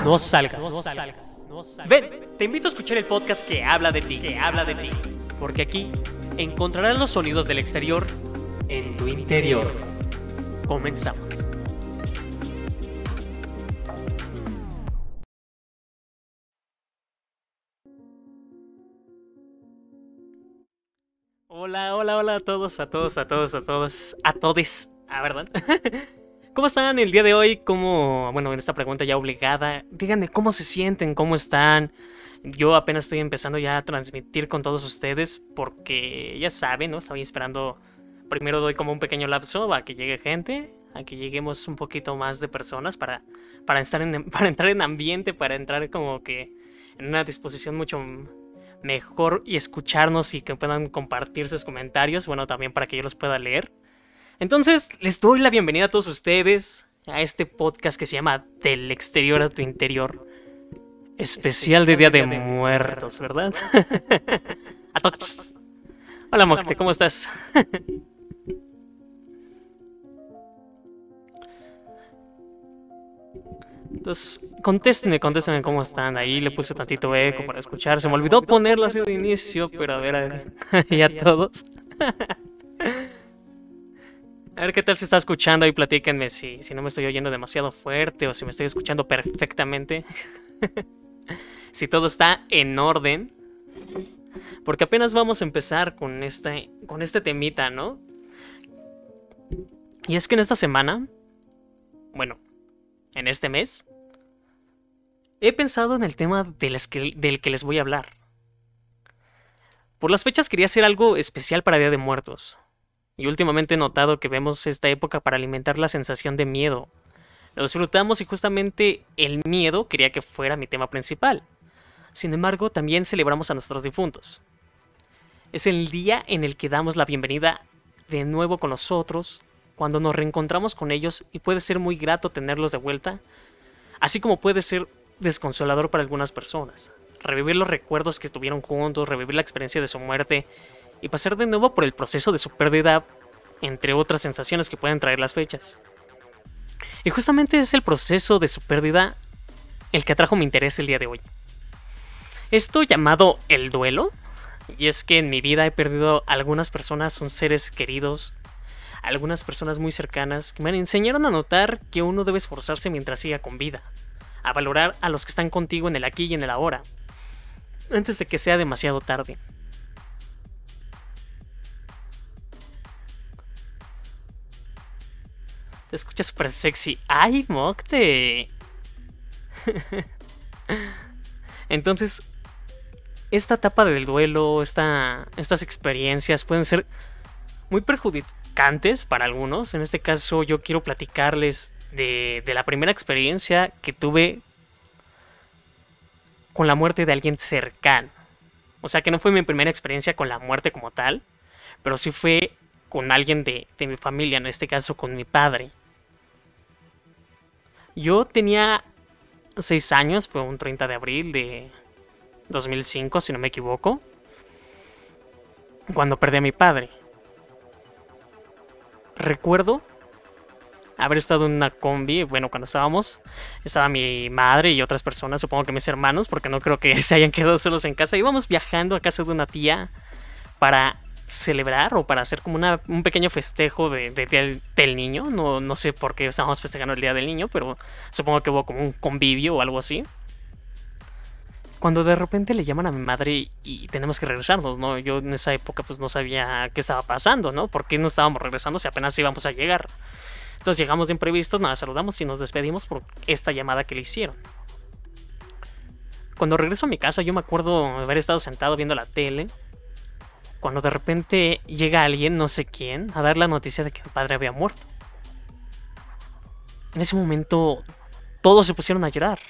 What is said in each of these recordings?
no salgas. Ven, te invito a escuchar el podcast que habla de ti, porque aquí encontrarás los sonidos del exterior en tu interior. Comenzamos. Hola a todos, ¿verdad? ¿Cómo están el día de hoy? Bueno, en esta pregunta ya obligada, díganme cómo se sienten, cómo están. Yo apenas estoy empezando ya a transmitir con todos ustedes porque ya saben, ¿no? Estoy esperando, primero doy como un pequeño lapso a que llegue gente, a que lleguemos un poquito más de personas para entrar en ambiente, para entrar como que en una disposición mucho mejor y escucharnos y que puedan compartir sus comentarios, bueno, también para que yo los pueda leer. Entonces, les doy la bienvenida a todos ustedes a este podcast que se llama Del exterior a tu interior. Especial de Día de Muertos, ¿verdad? A todos. Hola, Mocte, ¿cómo estás? Entonces, contéstenme cómo están. Ahí le puse tantito eco para escuchar. Se me olvidó ponerlo así de inicio, pero a ver, y a todos. A ver qué tal se está escuchando y platíquenme si no me estoy oyendo demasiado fuerte o si me estoy escuchando perfectamente. Si todo está en orden. Porque apenas vamos a empezar con este temita, ¿no? Y es que en esta semana, bueno, en este mes, he pensado en el tema del que les voy a hablar. Por las fechas quería hacer algo especial para Día de Muertos. Y últimamente he notado que vemos esta época para alimentar la sensación de miedo. Lo disfrutamos y justamente el miedo quería que fuera mi tema principal. Sin embargo, también celebramos a nuestros difuntos. Es el día en el que damos la bienvenida de nuevo con nosotros, cuando nos reencontramos con ellos y puede ser muy grato tenerlos de vuelta, así como puede ser desconsolador para algunas personas. Revivir los recuerdos que estuvieron juntos, revivir la experiencia de su muerte y pasar de nuevo por el proceso de su pérdida, entre otras sensaciones que pueden traer las fechas. Y justamente es el proceso de su pérdida el que atrajo mi interés el día de hoy. Esto llamado el duelo, y es que en mi vida he perdido a algunas personas, son seres queridos, algunas personas muy cercanas, que me enseñaron a notar que uno debe esforzarse mientras siga con vida, a valorar a los que están contigo en el aquí y en el ahora, antes de que sea demasiado tarde. Te escuchas súper sexy. ¡Ay, Mocte! Entonces, esta etapa del duelo, estas experiencias pueden ser muy perjudicantes para algunos. En este caso, yo quiero platicarles de la primera experiencia que tuve con la muerte de alguien cercano. O sea, que no fue mi primera experiencia con la muerte como tal, pero sí fue con alguien de mi familia, en este caso con mi padre. Yo tenía 6 años, fue un 30 de abril de 2005, si no me equivoco, cuando perdí a mi padre. Recuerdo haber estado en una combi, bueno, cuando estaba mi madre y otras personas, supongo que mis hermanos, porque no creo que se hayan quedado solos en casa. Íbamos viajando a casa de una tía para celebrar o para hacer como un pequeño festejo del niño. No sé por qué estábamos festejando el día del niño, pero supongo que hubo como un convivio o algo así. Cuando de repente le llaman a mi madre y tenemos que regresarnos, ¿no? Yo en esa época pues no sabía qué estaba pasando, ¿no? ¿Por qué no estábamos regresando si apenas íbamos a llegar? Entonces llegamos de imprevisto, nada, saludamos y nos despedimos por esta llamada que le hicieron. Cuando regreso a mi casa yo me acuerdo haber estado sentado viendo la tele, cuando de repente llega alguien, no sé quién, a dar la noticia de que mi padre había muerto. En ese momento todos se pusieron a llorar.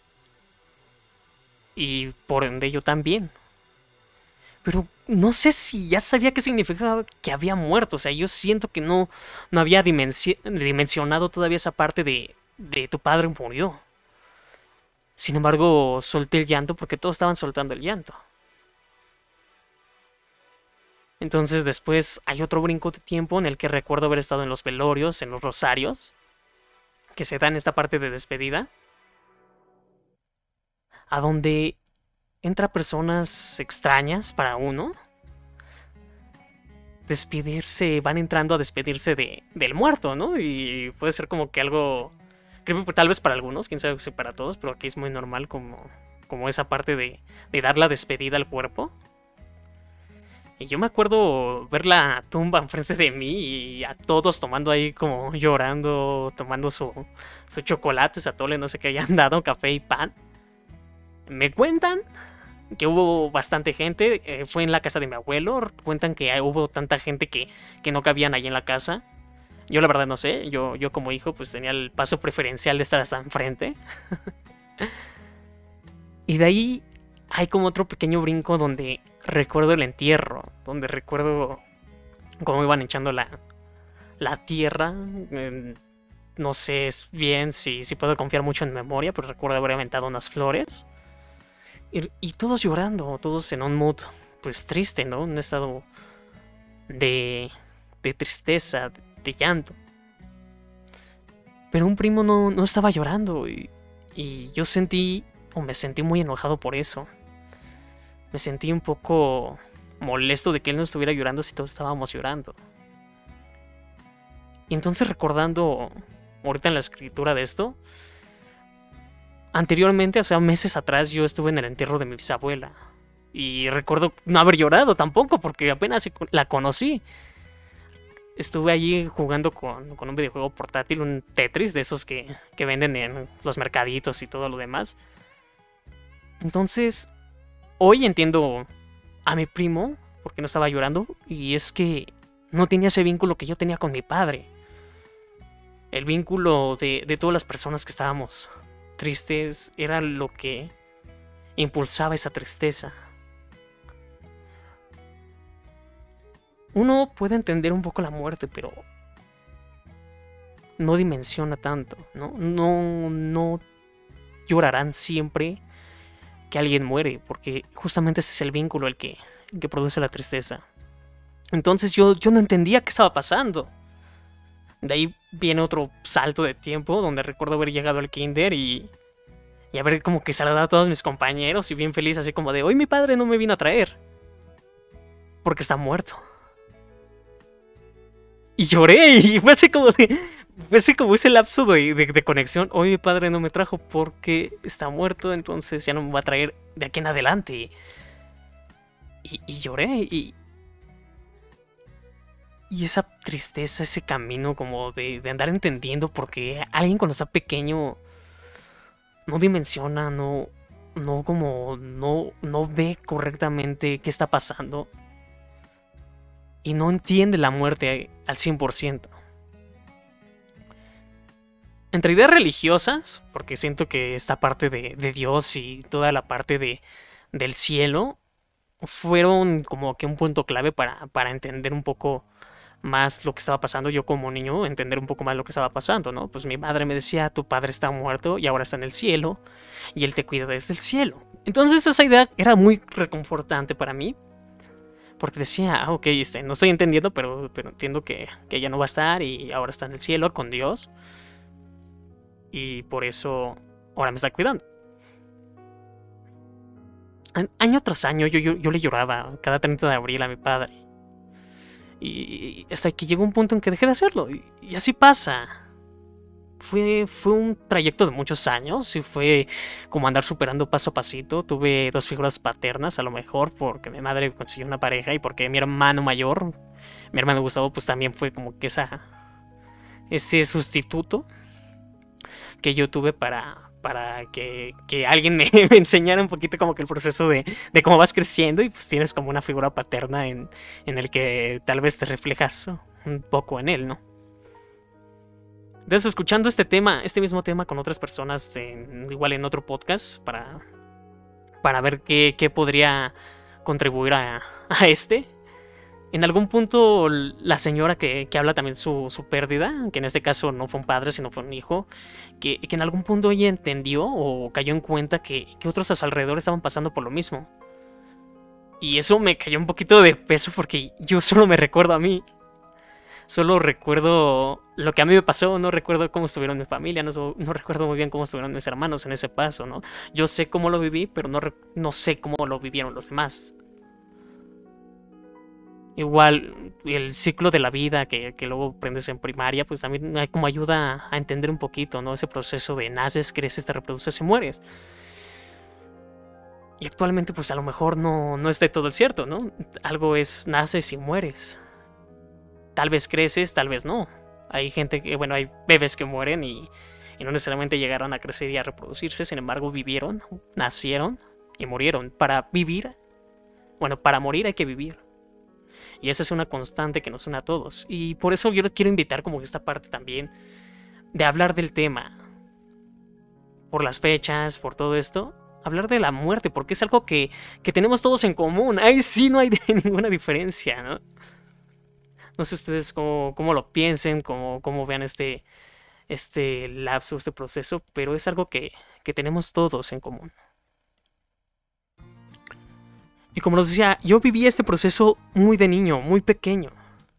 Y por ende yo también. Pero no sé si ya sabía qué significaba que había muerto. O sea, yo siento que no había dimensionado todavía esa parte de tu padre murió. Sin embargo, solté el llanto porque todos estaban soltando el llanto. Entonces después hay otro brinco de tiempo en el que recuerdo haber estado en los velorios, en los rosarios, que se da en esta parte de despedida. a donde entra personas extrañas para uno. Despedirse, van entrando a despedirse del muerto, ¿no? Y puede ser como que algo, creo que tal vez para algunos, quién sabe si para todos, pero aquí es muy normal como esa parte de dar la despedida al cuerpo. Y yo me acuerdo ver la tumba enfrente de mí y a todos tomando ahí como llorando, tomando su chocolate, su atole, no sé qué hayan dado, café y pan. Me cuentan que hubo bastante gente, fue en la casa de mi abuelo, cuentan que hubo tanta gente que no cabían ahí en la casa. Yo la verdad no sé, yo como hijo pues tenía el paso preferencial de estar hasta enfrente. Y de ahí hay como otro pequeño brinco donde recuerdo el entierro, donde recuerdo cómo iban echando la tierra. No sé bien si puedo confiar mucho en memoria, pero recuerdo haber aventado unas flores. Y todos llorando, todos en un mood pues triste, ¿no? Un estado de tristeza, de llanto. Pero un primo no estaba llorando y yo sentí, o me sentí muy enojado por eso. Me sentí un poco molesto de que él no estuviera llorando si todos estábamos llorando. Y entonces recordando ahorita en la escritura de esto, anteriormente, o sea, meses atrás yo estuve en el entierro de mi bisabuela. Y recuerdo no haber llorado tampoco porque apenas la conocí. Estuve allí jugando con un videojuego portátil, un Tetris de esos que venden en los mercaditos y todo lo demás. Entonces, hoy entiendo a mi primo porque no estaba llorando. Y es que no tenía ese vínculo que yo tenía con mi padre. El vínculo de todas las personas que estábamos tristes era lo que impulsaba esa tristeza. Uno puede entender un poco la muerte, pero no dimensiona tanto, ¿no? No llorarán siempre que alguien muere, porque justamente ese es el vínculo el que produce la tristeza. Entonces yo no entendía qué estaba pasando. De ahí viene otro salto de tiempo donde recuerdo haber llegado al kinder y haber como que saludado a todos mis compañeros y bien feliz, así como de hoy mi padre no me vino a traer porque está muerto. Y lloré y fue así como ese lapso de conexión. Hoy mi padre no me trajo porque está muerto, entonces ya no me va a traer de aquí en adelante. Y lloré y esa tristeza, ese camino como de andar entendiendo porque alguien cuando está pequeño no dimensiona, no ve correctamente qué está pasando y no entiende la muerte al 100%. Entre ideas religiosas, porque siento que esta parte de Dios y toda la parte del cielo fueron como que un punto clave para entender un poco más lo que estaba pasando. Yo como niño entender un poco más lo que estaba pasando, ¿no? Pues mi madre me decía, tu padre está muerto y ahora está en el cielo y él te cuida desde el cielo. Entonces esa idea era muy reconfortante para mí, porque decía, ok, no estoy entendiendo, pero entiendo que ella no va a estar y ahora está en el cielo con Dios y por eso ahora me está cuidando. Año tras año yo le lloraba cada 30 de abril a mi padre. Y hasta que llegó un punto en que dejé de hacerlo. Y así pasa. Fue un trayecto de muchos años y fue como andar superando paso a pasito. Tuve dos figuras paternas, a lo mejor porque mi madre consiguió una pareja y porque mi hermano mayor, mi hermano Gustavo, pues también fue como que ese sustituto que yo tuve para que alguien me enseñara un poquito como que el proceso de cómo vas creciendo y pues tienes como una figura paterna en el que tal vez te reflejas un poco en él, ¿no? Entonces escuchando este mismo tema con otras personas, igual en otro podcast, para ver qué podría contribuir a este. En algún punto la señora que habla también su pérdida, que en este caso no fue un padre, sino fue un hijo, que en algún punto ella entendió o cayó en cuenta que otros a su alrededor estaban pasando por lo mismo. Y eso me cayó un poquito de peso porque yo solo me recuerdo a mí. Solo recuerdo lo que a mí me pasó, no recuerdo cómo estuvieron mi familia, no recuerdo muy bien cómo estuvieron mis hermanos en ese paso, ¿no? Yo sé cómo lo viví, pero no sé cómo lo vivieron los demás. Igual, el ciclo de la vida que luego aprendes en primaria, pues también hay como ayuda a entender un poquito, ¿no? Ese proceso de naces, creces, te reproduces y mueres. Y actualmente, pues a lo mejor no es de todo el cierto, ¿no? Algo es naces y mueres. Tal vez creces, tal vez no. Hay gente que, bueno, hay bebés que mueren y no necesariamente llegaron a crecer y a reproducirse, sin embargo vivieron, nacieron y murieron. Para vivir, bueno, para morir hay que vivir. Y esa es una constante que nos une a todos. Y por eso yo quiero invitar como esta parte también de hablar del tema. Por las fechas, por todo esto. Hablar de la muerte, porque es algo que tenemos todos en común. Ahí sí no hay ninguna diferencia, ¿no? No sé ustedes cómo lo piensen, cómo vean este lapso, este proceso, pero es algo que tenemos todos en común. Y como les decía, yo viví este proceso muy de niño, muy pequeño.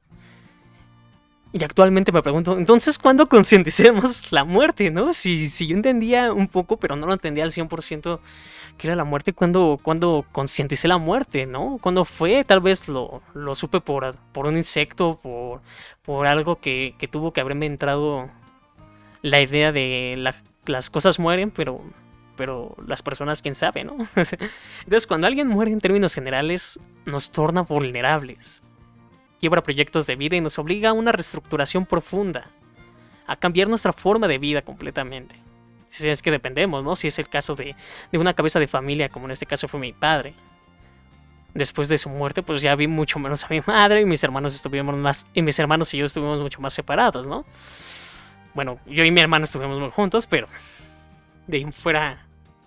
Y actualmente me pregunto, entonces, ¿cuándo concienticemos la muerte, no? Si yo entendía un poco, pero no lo entendía al 100% qué era la muerte, ¿cuándo concienticé la muerte, no? ¿Cuándo fue? Tal vez lo supe por un insecto, por algo que tuvo que haberme entrado la idea de las cosas mueren, pero las personas, quién sabe, ¿no? Entonces, cuando alguien muere en términos generales, nos torna vulnerables. Quiebra proyectos de vida y nos obliga a una reestructuración profunda, a cambiar nuestra forma de vida completamente. Si es que dependemos, ¿no? Si es el caso de una cabeza de familia, como en este caso fue mi padre. Después de su muerte, pues ya vi mucho menos a mi madre y mis hermanos y yo estuvimos mucho más separados, ¿no? Bueno, yo y mi hermano estuvimos muy juntos, pero de ahí en fuera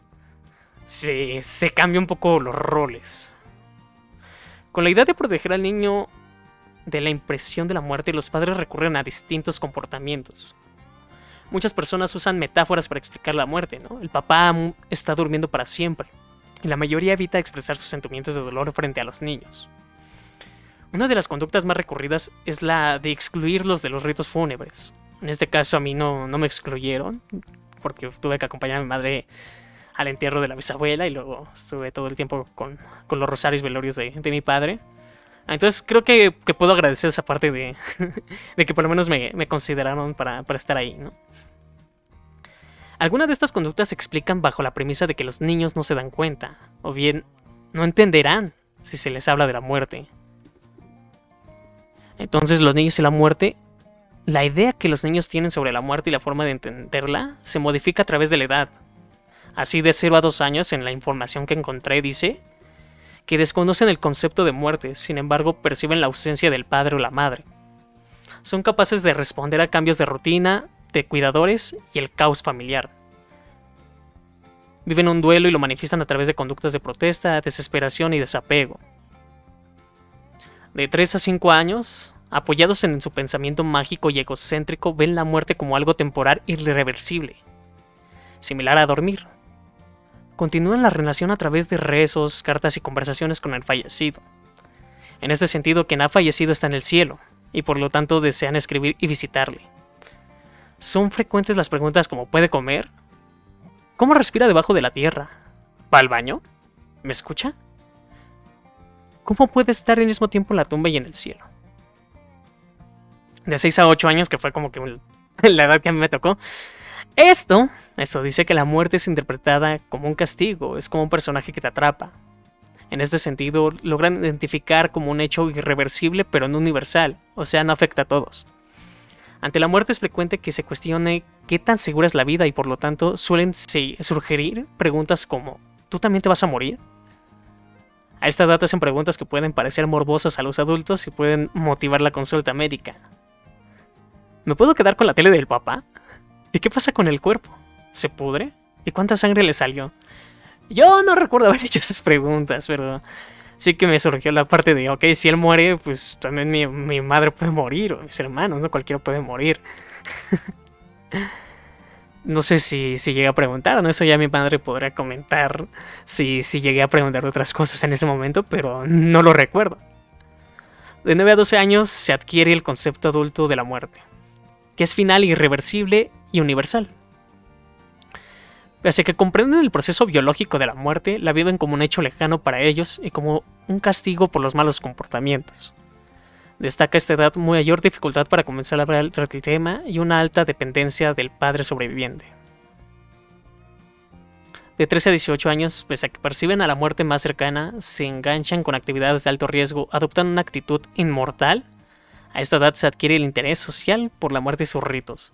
se cambia un poco los roles. Con la idea de proteger al niño de la impresión de la muerte, los padres recurren a distintos comportamientos. Muchas personas usan metáforas para explicar la muerte, ¿no? El papá está durmiendo para siempre, y la mayoría evita expresar sus sentimientos de dolor frente a los niños. Una de las conductas más recurridas es la de excluirlos de los ritos fúnebres. En este caso a mí no me excluyeron, porque tuve que acompañar a mi madre al entierro de la bisabuela y luego estuve todo el tiempo con los rosarios velorios de mi padre. Entonces creo que puedo agradecer esa parte de que por lo menos me consideraron para estar ahí, ¿no? Algunas de estas conductas se explican bajo la premisa de que los niños no se dan cuenta, o bien no entenderán si se les habla de la muerte. Entonces los niños y la muerte, la idea que los niños tienen sobre la muerte y la forma de entenderla se modifica a través de la edad. Así de 0 a 2 años, en la información que encontré dice que desconocen el concepto de muerte, sin embargo perciben la ausencia del padre o la madre. Son capaces de responder a cambios de rutina, de cuidadores y el caos familiar. Viven un duelo y lo manifiestan a través de conductas de protesta, desesperación y desapego. De 3 a 5 años, apoyados en su pensamiento mágico y egocéntrico, ven la muerte como algo temporal e irreversible, similar a dormir. Continúan la relación a través de rezos, cartas y conversaciones con el fallecido. En este sentido, quien ha fallecido está en el cielo, y por lo tanto desean escribir y visitarle. Son frecuentes las preguntas como ¿puede comer? ¿Cómo respira debajo de la tierra? ¿Va al baño? ¿Me escucha? ¿Cómo puede estar al mismo tiempo en la tumba y en el cielo? De 6 a 8 años, que fue como que la edad que a mí me tocó. Esto dice que la muerte es interpretada como un castigo, es como un personaje que te atrapa. En este sentido, logran identificar como un hecho irreversible pero no universal, o sea, no afecta a todos. Ante la muerte es frecuente que se cuestione qué tan segura es la vida y por lo tanto suelen surgir preguntas como ¿tú también te vas a morir? A esta edad hacen preguntas que pueden parecer morbosas a los adultos y pueden motivar la consulta médica. ¿Me puedo quedar con la tele del papá? ¿Y qué pasa con el cuerpo? ¿Se pudre? ¿Y cuánta sangre le salió? Yo no recuerdo haber hecho esas preguntas, pero sí que me surgió la parte de, ok, si él muere, pues también mi madre puede morir, o mis hermanos, ¿no? Cualquiera puede morir. No sé si llegué a preguntar, ¿no? Eso ya mi madre podrá comentar si llegué a preguntar otras cosas en ese momento, pero no lo recuerdo. De 9 a 12 años se adquiere el concepto adulto de la muerte, que es final, irreversible y universal. Pese a que comprenden el proceso biológico de la muerte, la viven como un hecho lejano para ellos y como un castigo por los malos comportamientos. Destaca a esta edad mayor dificultad para comenzar a hablar del tema y una alta dependencia del padre sobreviviente. De 13 a 18 años, pese a que perciben a la muerte más cercana, se enganchan con actividades de alto riesgo, adoptan una actitud inmortal. A esta edad se adquiere el interés social por la muerte y sus ritos.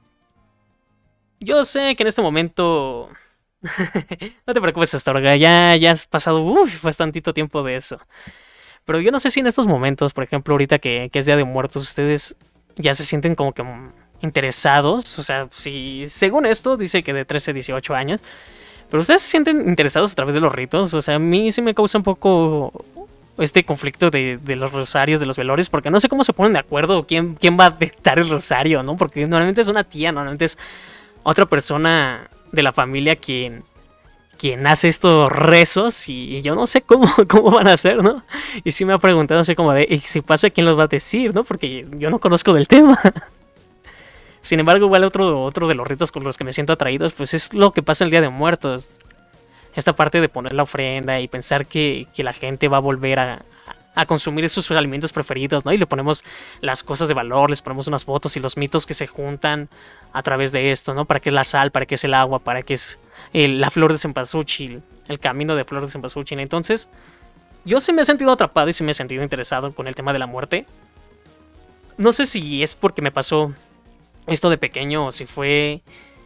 Yo sé que en este momento... no te preocupes, Astorga, ya has pasado bastantito tiempo de eso. Pero yo no sé si en estos momentos, por ejemplo, ahorita que es Día de Muertos, ustedes ya se sienten como que interesados. O sea, si según esto dice que de 13 a 18 años... Pero ustedes se sienten interesados a través de los ritos. O sea, a mí sí me causa un poco este conflicto de los rosarios, de los velorios, porque no sé cómo se ponen de acuerdo quién va a dictar el rosario, ¿no? Porque normalmente es una tía, normalmente es otra persona de la familia quien hace estos rezos y yo no sé cómo van a hacer, ¿no? Y sí me ha preguntado así como de, ¿y si pasa quién los va a decir, no? Porque yo no conozco del tema. Sin embargo, igual otro de los ritos con los que me siento atraído, pues es lo que pasa el Día de Muertos. Esta parte de poner la ofrenda y pensar que la gente va a volver a consumir sus alimentos preferidos, ¿no? Y le ponemos las cosas de valor, les ponemos unas fotos y los mitos que se juntan a través de esto, ¿no? Para qué es la sal, para qué es el agua, para qué es la flor de cempasúchil, el camino de flor de cempasúchil. Entonces, yo sí me he sentido atrapado y sí me he sentido interesado con el tema de la muerte. No sé si es porque me pasó esto de pequeño o si fue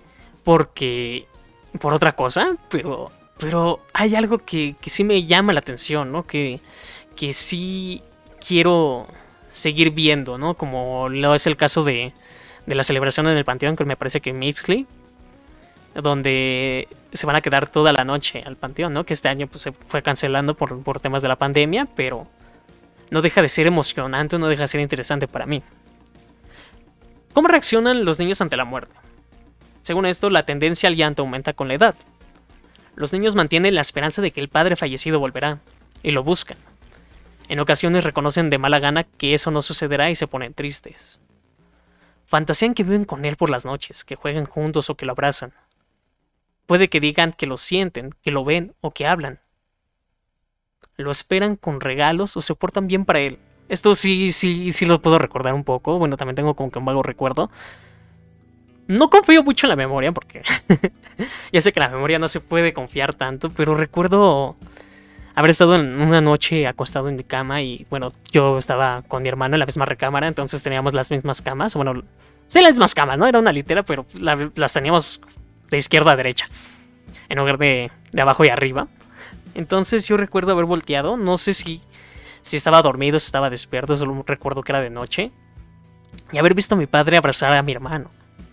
por otra cosa, pero hay algo que sí me llama la atención, ¿no? Que sí quiero seguir viendo, ¿no? Como lo es el caso de la celebración en el Panteón, que me parece que en Mixley, donde se van a quedar toda la noche al Panteón, ¿no? Que este año pues, se fue cancelando por temas de la pandemia, pero no deja de ser emocionante, no deja de ser interesante para mí. ¿Cómo reaccionan los niños ante la muerte? Según esto, la tendencia al llanto aumenta con la edad. Los niños mantienen la esperanza de que el padre fallecido volverá, y lo buscan. En ocasiones reconocen de mala gana que eso no sucederá y se ponen tristes. Fantasean que viven con él por las noches, que juegan juntos o que lo abrazan. Puede que digan que lo sienten, que lo ven o que hablan. Lo esperan con regalos o se portan bien para él. Esto sí lo puedo recordar un poco. Bueno, también tengo como que un vago recuerdo. No confío mucho en la memoria porque ya sé que la memoria no se puede confiar tanto, pero recuerdo haber estado en una noche acostado en mi cama y bueno, yo estaba con mi hermano en la misma recámara, entonces teníamos las mismas camas. Bueno, sí, las mismas camas, ¿no? Era una litera, pero las teníamos de izquierda a derecha, en lugar de abajo y arriba. Entonces yo recuerdo haber volteado, no sé si estaba dormido, si estaba despierto, solo recuerdo que era de noche, y haber visto a mi padre abrazar a mi hermano.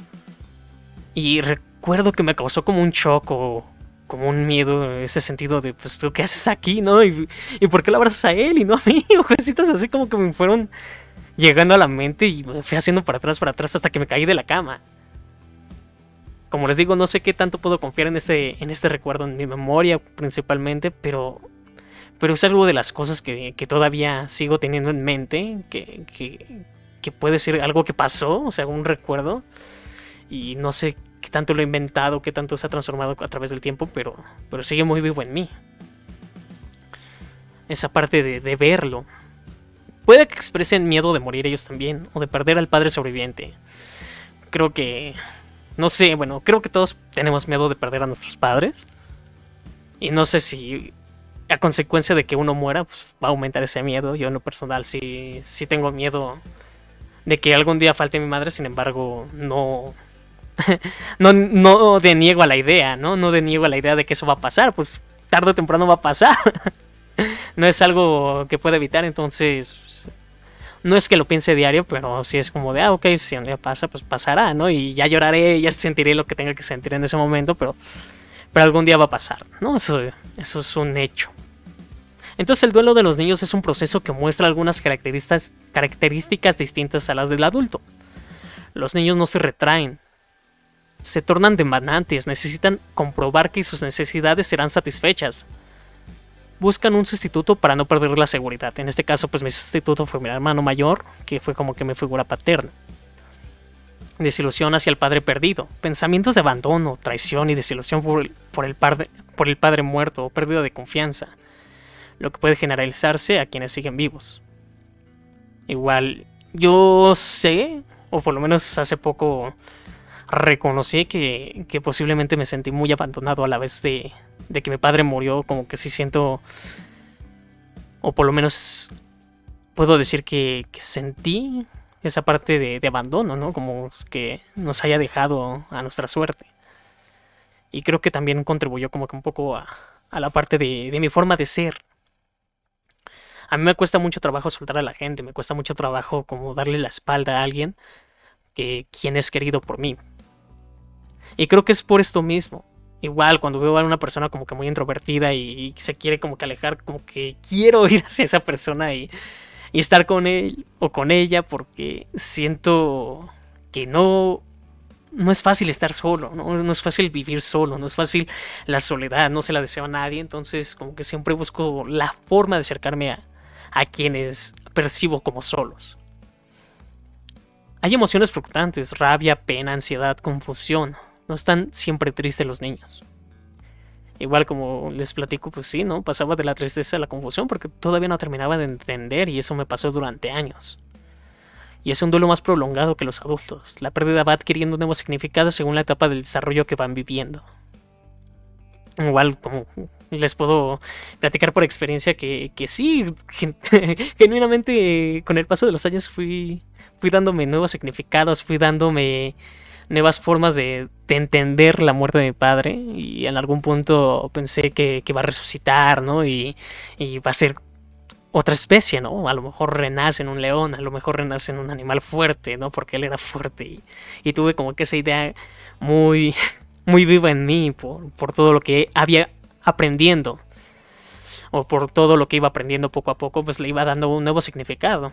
Y recuerdo que me causó como un shock o como un miedo, ese sentido de, pues, ¿tú qué haces aquí, no? ¿Y por qué lo abrazas a él y no a mí? O cositas así como que me fueron llegando a la mente y me fui haciendo para atrás hasta que me caí de la cama. Como les digo, no sé qué tanto puedo confiar en este recuerdo, en mi memoria principalmente, pero es algo de las cosas que todavía sigo teniendo en mente, que puede ser algo que pasó, o sea, un recuerdo, y no sé qué tanto lo he inventado, qué tanto se ha transformado a través del tiempo, pero sigue muy vivo en mí. Esa parte de verlo. Puede que expresen miedo de morir ellos también, o de perder al padre sobreviviente. Creo que... no sé, bueno, creo que todos tenemos miedo de perder a nuestros padres. Y no sé si a consecuencia de que uno muera, pues, va a aumentar ese miedo. Yo en lo personal sí tengo miedo de que algún día falte mi madre, sin embargo, no deniego a la idea, ¿no? No deniego a la idea de que eso va a pasar, pues tarde o temprano va a pasar. No es algo que pueda evitar, entonces no es que lo piense diario, pero sí es como de, ok, si un día pasa, pues pasará, ¿no? Y ya lloraré, ya sentiré lo que tenga que sentir en ese momento, pero algún día va a pasar, ¿no? Eso es un hecho. Entonces el duelo de los niños es un proceso que muestra algunas características distintas a las del adulto. Los niños no se retraen, se tornan demandantes, necesitan comprobar que sus necesidades serán satisfechas. buscan un sustituto para no perder la seguridad. En este caso, pues mi sustituto fue mi hermano mayor, que fue como que mi figura paterna. Desilusión hacia el padre perdido, pensamientos de abandono, traición y desilusión por el padre muerto o pérdida de confianza, lo que puede generalizarse a quienes siguen vivos. Igual, yo sé, o por lo menos hace poco reconocí que posiblemente me sentí muy abandonado a la vez de que mi padre murió, como que sí siento, o por lo menos puedo decir que sentí esa parte de abandono, ¿no? Como que nos haya dejado a nuestra suerte. Y creo que también contribuyó como que un poco a la parte de mi forma de ser. A mí me cuesta mucho trabajo soltar a la gente, me cuesta mucho trabajo como darle la espalda a alguien quien es querido por mí. Y creo que es por esto mismo. Igual cuando veo a una persona como que muy introvertida y se quiere como que alejar, como que quiero ir hacia esa persona y estar con él o con ella, porque siento que no es fácil estar solo, no es fácil vivir solo, no es fácil la soledad, no se la deseo a nadie. Entonces como que siempre busco la forma de acercarme a quienes percibo como solos. Hay emociones fluctuantes, rabia, pena, ansiedad, confusión. No están siempre tristes los niños. Igual como les platico, pues sí, ¿no? Pasaba de la tristeza a la confusión porque todavía no terminaba de entender, y eso me pasó durante años. Y es un duelo más prolongado que los adultos. La pérdida va adquiriendo nuevos significados según la etapa del desarrollo que van viviendo. Igual como les puedo platicar por experiencia que sí, genuinamente con el paso de los años fui dándome nuevos significados, fui dándome nuevas formas de entender la muerte de mi padre, y en algún punto pensé que va a resucitar, ¿no? Y va a ser otra especie, ¿no? A lo mejor renace en un león, a lo mejor renace en un animal fuerte, ¿no? Porque él era fuerte, y tuve como que esa idea muy, muy viva en mí por todo lo que había aprendiendo, o por todo lo que iba aprendiendo poco a poco, pues le iba dando un nuevo significado.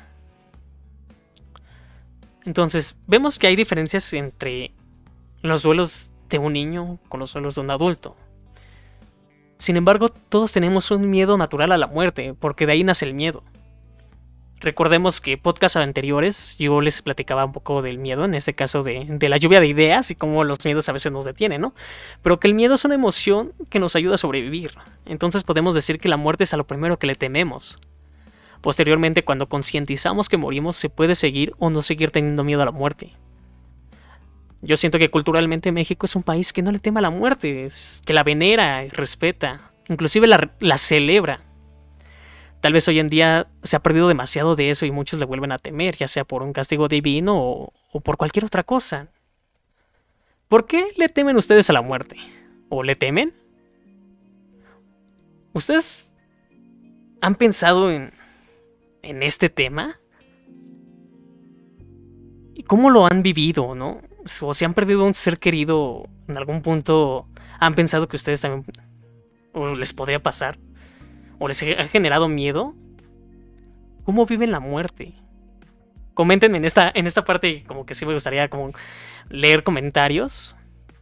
Entonces, vemos que hay diferencias entre los duelos de un niño con los duelos de un adulto. Sin embargo, todos tenemos un miedo natural a la muerte, porque de ahí nace el miedo. Recordemos que podcasts anteriores yo les platicaba un poco del miedo, en este caso de la lluvia de ideas y cómo los miedos a veces nos detienen, ¿no? Pero que el miedo es una emoción que nos ayuda a sobrevivir. Entonces podemos decir que la muerte es a lo primero que le tememos. Posteriormente, cuando concientizamos que morimos, se puede seguir o no seguir teniendo miedo a la muerte. Yo siento que culturalmente México es un país que no le teme a la muerte, que la venera y respeta, inclusive la celebra. Tal vez hoy en día se ha perdido demasiado de eso y muchos le vuelven a temer, ya sea por un castigo divino o por cualquier otra cosa. ¿Por qué le temen ustedes a la muerte? ¿O le temen? ¿Ustedes han pensado en este tema? ¿Y cómo lo han vivido, no? O si han perdido un ser querido en algún punto, ¿han pensado que ustedes también o les podría pasar? ¿O les ha generado miedo? ¿Cómo viven la muerte? Coméntenme en esta parte, como que sí me gustaría como leer comentarios.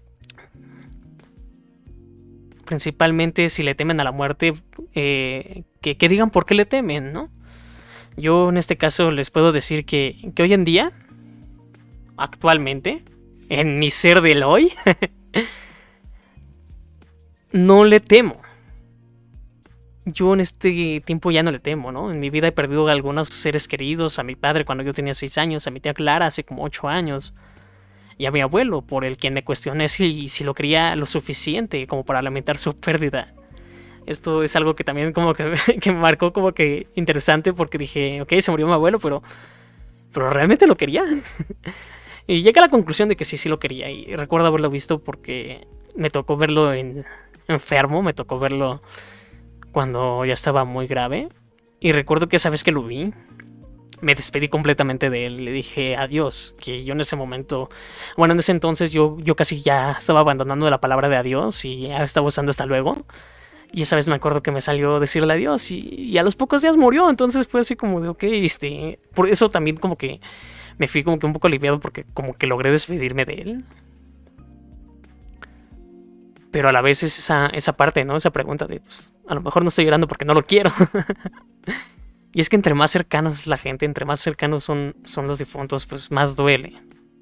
Principalmente si le temen a la muerte, que digan por qué le temen, ¿no? Yo en este caso les puedo decir que hoy en día, actualmente, en mi ser del hoy, no le temo. Yo en este tiempo ya no le temo, ¿no? En mi vida he perdido a algunos seres queridos, a mi padre cuando yo tenía 6 años, a mi tía Clara hace como 8 años, y a mi abuelo, por el quien me cuestioné si lo quería lo suficiente como para lamentar su pérdida. Esto es algo que también como que me marcó como que interesante, porque dije, ok, se murió mi abuelo, pero realmente lo quería. Y llegué a la conclusión de que sí lo quería, y recuerdo haberlo visto porque me tocó verlo enfermo, me tocó verlo cuando ya estaba muy grave. Y recuerdo que esa vez que lo vi, me despedí completamente de él. Le dije adiós, que yo en ese momento, bueno, en ese entonces yo casi ya estaba abandonando la palabra de adiós y ya estaba usando hasta luego. Y esa vez me acuerdo que me salió decirle adiós y a los pocos días murió. Entonces fue así como de ok, por eso también como que me fui como que un poco aliviado, porque como que logré despedirme de él. Pero a la vez es esa parte, ¿no? Esa pregunta de, pues, A lo mejor no estoy llorando porque no lo quiero. Y es que entre más cercanos es la gente, entre más cercanos son los difuntos, pues más duele.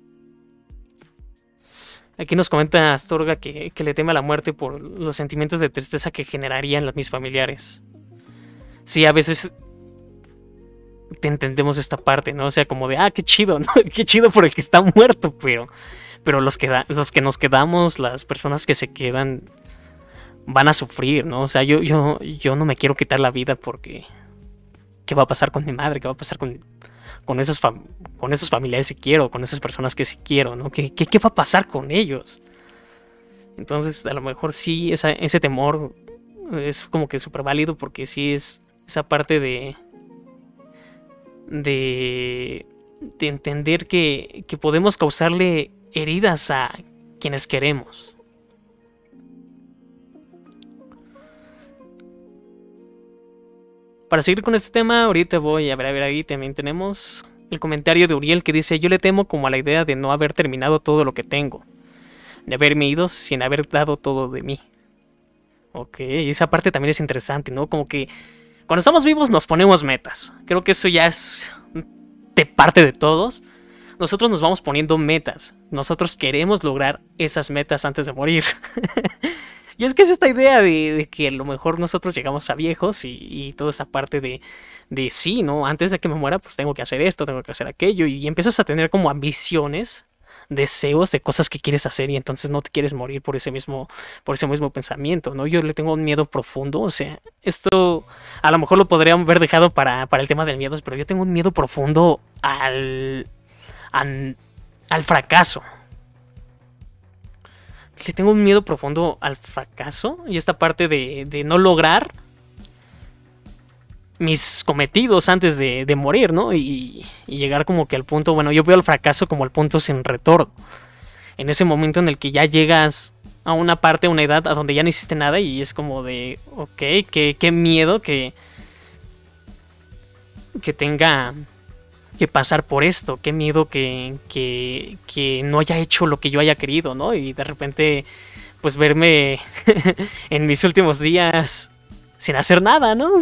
Aquí nos comenta Astorga que le teme a la muerte por los sentimientos de tristeza que generarían mis familiares. Sí, a veces te entendemos esta parte, ¿no? O sea, como de, qué chido, ¿no? Qué chido por el que está muerto, pero los que nos quedamos, las personas que se quedan, van a sufrir, ¿no? O sea, yo no me quiero quitar la vida porque ¿qué va a pasar con mi madre? ¿Qué va a pasar con esos familiares que quiero? Con esas personas que sí quiero, ¿no? ¿Qué va a pasar con ellos? Entonces, a lo mejor sí, ese temor es como que súper válido porque sí es esa parte de entender que podemos causarle heridas a quienes queremos. Para seguir con este tema, ahorita voy a ver, ahí también tenemos el comentario de Uriel que dice: yo le temo como a la idea de no haber terminado todo lo que tengo, de haberme ido sin haber dado todo de mí. Ok, esa parte también es interesante, ¿no? Como que cuando estamos vivos nos ponemos metas. Creo que eso ya es de parte de todos. Nosotros nos vamos poniendo metas. Nosotros queremos lograr esas metas antes de morir. Y es que es esta idea de que a lo mejor nosotros llegamos a viejos y toda esa parte de sí, ¿no? Antes de que me muera, pues tengo que hacer esto, tengo que hacer aquello. Y empiezas a tener como ambiciones, deseos de cosas que quieres hacer y entonces no te quieres morir por ese mismo pensamiento, ¿no? Yo le tengo un miedo profundo, o sea, esto a lo mejor lo podríamos haber dejado para el tema del miedo, pero yo tengo un miedo profundo al fracaso. Le tengo un miedo profundo al fracaso y esta parte de no lograr mis cometidos antes de morir, ¿no? Y llegar como que al punto, bueno, yo veo el fracaso como el punto sin retorno. En ese momento en el que ya llegas a una parte, a una edad a donde ya no hiciste nada y es como de, ok, qué miedo que tenga que pasar por esto, qué miedo que no haya hecho lo que yo haya querido, ¿no? Y de repente, pues verme en mis últimos días sin hacer nada, ¿no?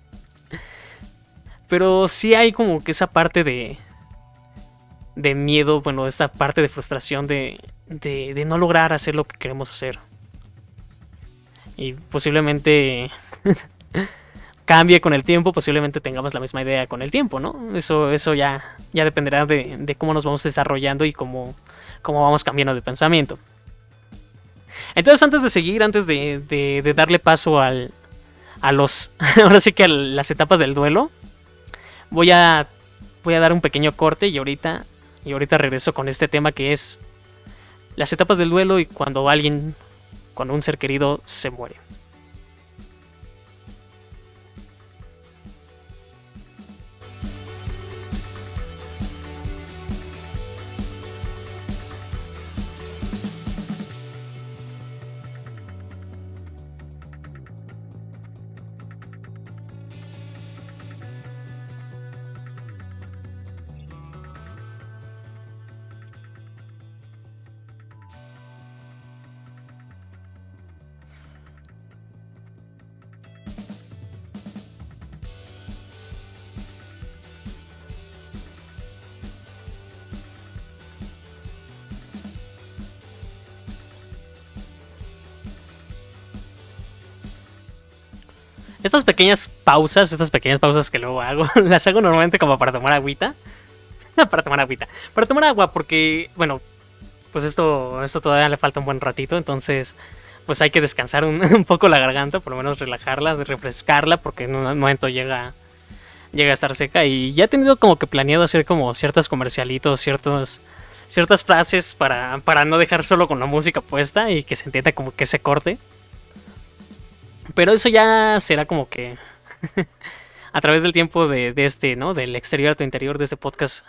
Pero sí hay como que esa parte de miedo, bueno, esta parte de frustración de no lograr hacer lo que queremos hacer. Y posiblemente cambie con el tiempo, posiblemente tengamos la misma idea con el tiempo, ¿no? Eso ya dependerá de cómo nos vamos desarrollando y cómo vamos cambiando de pensamiento. Entonces, antes de seguir, antes de darle paso a los ahora sí que a las etapas del duelo, voy a dar un pequeño corte y ahorita regreso con este tema que es las etapas del duelo y cuando un ser querido se muere. Estas pequeñas pausas que luego hago, las hago normalmente como para tomar agüita. Para tomar agua, porque, bueno, pues esto todavía le falta un buen ratito, entonces pues hay que descansar un poco la garganta, por lo menos relajarla, refrescarla, porque en un momento llega a estar seca. Y ya he tenido como que planeado hacer como ciertos comercialitos, ciertas frases para no dejar solo con la música puesta y que se entienda como que se corte. Pero eso ya será como que a través del tiempo de este, ¿no? Del exterior a tu interior de este podcast.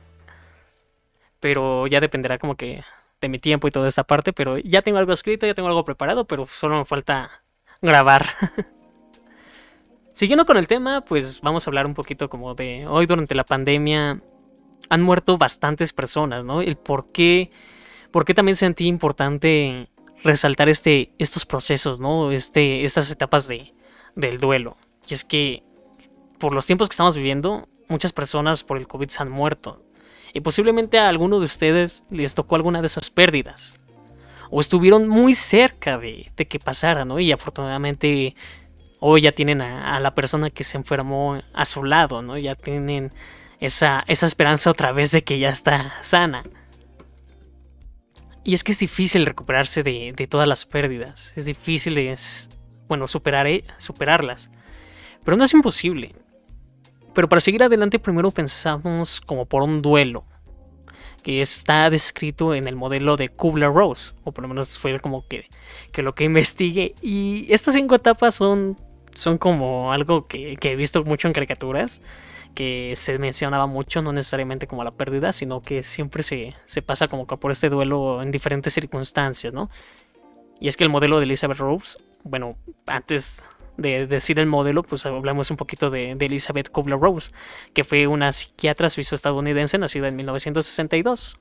Pero ya dependerá como que de mi tiempo y toda esta parte. Pero ya tengo algo escrito, ya tengo algo preparado, pero solo me falta grabar. Siguiendo con el tema, pues vamos a hablar un poquito como de hoy durante la pandemia han muerto bastantes personas, ¿no? El por qué también sentí importante resaltar estos procesos, ¿no? Estas etapas de del duelo. Y es que por los tiempos que estamos viviendo, muchas personas por el COVID se han muerto. Y posiblemente a alguno de ustedes les tocó alguna de esas pérdidas. O estuvieron muy cerca de que pasara, ¿no? Y afortunadamente hoy ya tienen a la persona que se enfermó a su lado, ¿no? Ya tienen esa esperanza otra vez de que ya está sana. Y es que es difícil recuperarse de todas las pérdidas. Es difícil, superarlas. Pero no es imposible. Pero para seguir adelante primero pensamos como por un duelo, que está descrito en el modelo de Kubler-Ross, o por lo menos fue como que lo que investigué. Y estas 5 etapas son como algo que he visto mucho en caricaturas, que se mencionaba mucho, no necesariamente como la pérdida, sino que siempre se pasa como que por este duelo en diferentes circunstancias, ¿no? Y es que el modelo de Elizabeth Rose, bueno, antes de decir el modelo, pues hablamos un poquito de Elizabeth Kubler-Ross, que fue una psiquiatra suizo-estadounidense nacida en 1962.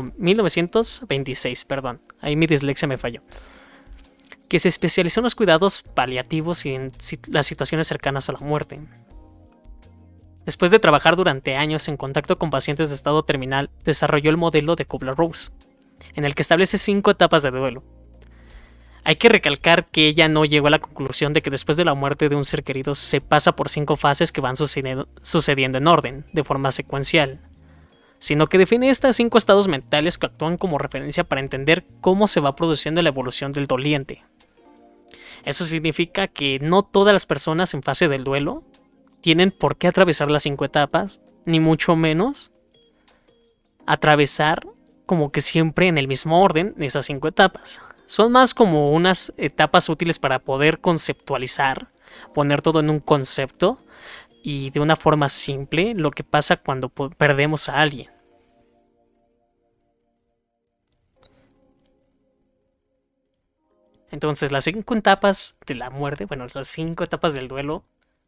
1926, perdón. Ahí mi dislexia me falló. Que se especializó en los cuidados paliativos y en las situaciones cercanas a la muerte. Después de trabajar durante años en contacto con pacientes de estado terminal, desarrolló el modelo de Kubler-Ross, en el que establece 5 etapas de duelo. Hay que recalcar que ella no llegó a la conclusión de que después de la muerte de un ser querido se pasa por 5 fases que van sucediendo en orden, de forma secuencial, sino que define estas 5 estados mentales que actúan como referencia para entender cómo se va produciendo la evolución del doliente. Eso significa que no todas las personas en fase del duelo tienen por qué atravesar las 5 etapas, ni mucho menos atravesar como que siempre en el mismo orden esas 5 etapas. Son más como unas etapas útiles para poder conceptualizar, poner todo en un concepto y de una forma simple lo que pasa cuando perdemos a alguien. Entonces, las 5 etapas de la muerte, bueno, las 5 etapas del duelo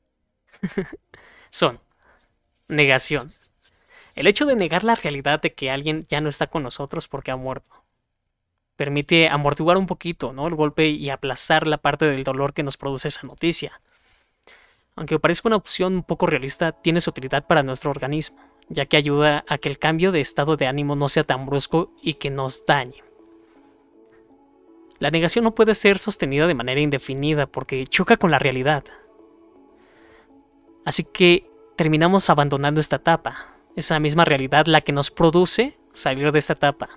son negación. El hecho de negar la realidad de que alguien ya no está con nosotros porque ha muerto. Permite amortiguar un poquito, ¿no?, el golpe y aplazar la parte del dolor que nos produce esa noticia. Aunque parezca una opción un poco realista, tiene su utilidad para nuestro organismo, ya que ayuda a que el cambio de estado de ánimo no sea tan brusco y que nos dañe. La negación no puede ser sostenida de manera indefinida porque choca con la realidad. Así que terminamos abandonando esta etapa, esa misma realidad la que nos produce salir de esta etapa.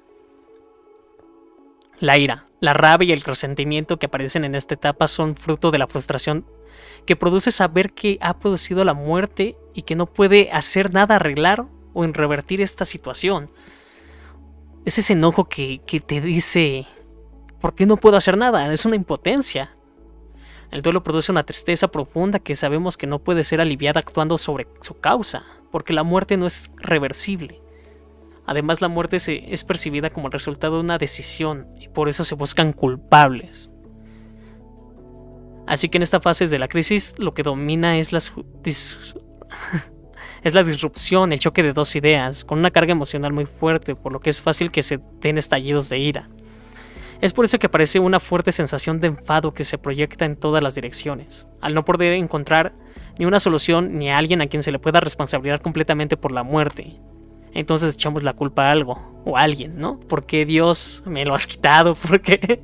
La ira, la rabia y el resentimiento que aparecen en esta etapa son fruto de la frustración que produce saber que ha producido la muerte y que no puede hacer nada a arreglar o en revertir esta situación. Es ese enojo que te dice, ¿por qué no puedo hacer nada? Es una impotencia. El duelo produce una tristeza profunda que sabemos que no puede ser aliviada actuando sobre su causa, porque la muerte no es reversible. Además, la muerte es percibida como el resultado de una decisión y por eso se buscan culpables. Así que en esta fase de la crisis lo que domina es la disrupción, el choque de 2 ideas, con una carga emocional muy fuerte, por lo que es fácil que se den estallidos de ira. Es por eso que aparece una fuerte sensación de enfado que se proyecta en todas las direcciones, al no poder encontrar ni una solución ni a alguien a quien se le pueda responsabilizar completamente por la muerte. Entonces echamos la culpa a algo o a alguien, ¿no? ¿Por qué Dios me lo has quitado? ¿Por qué?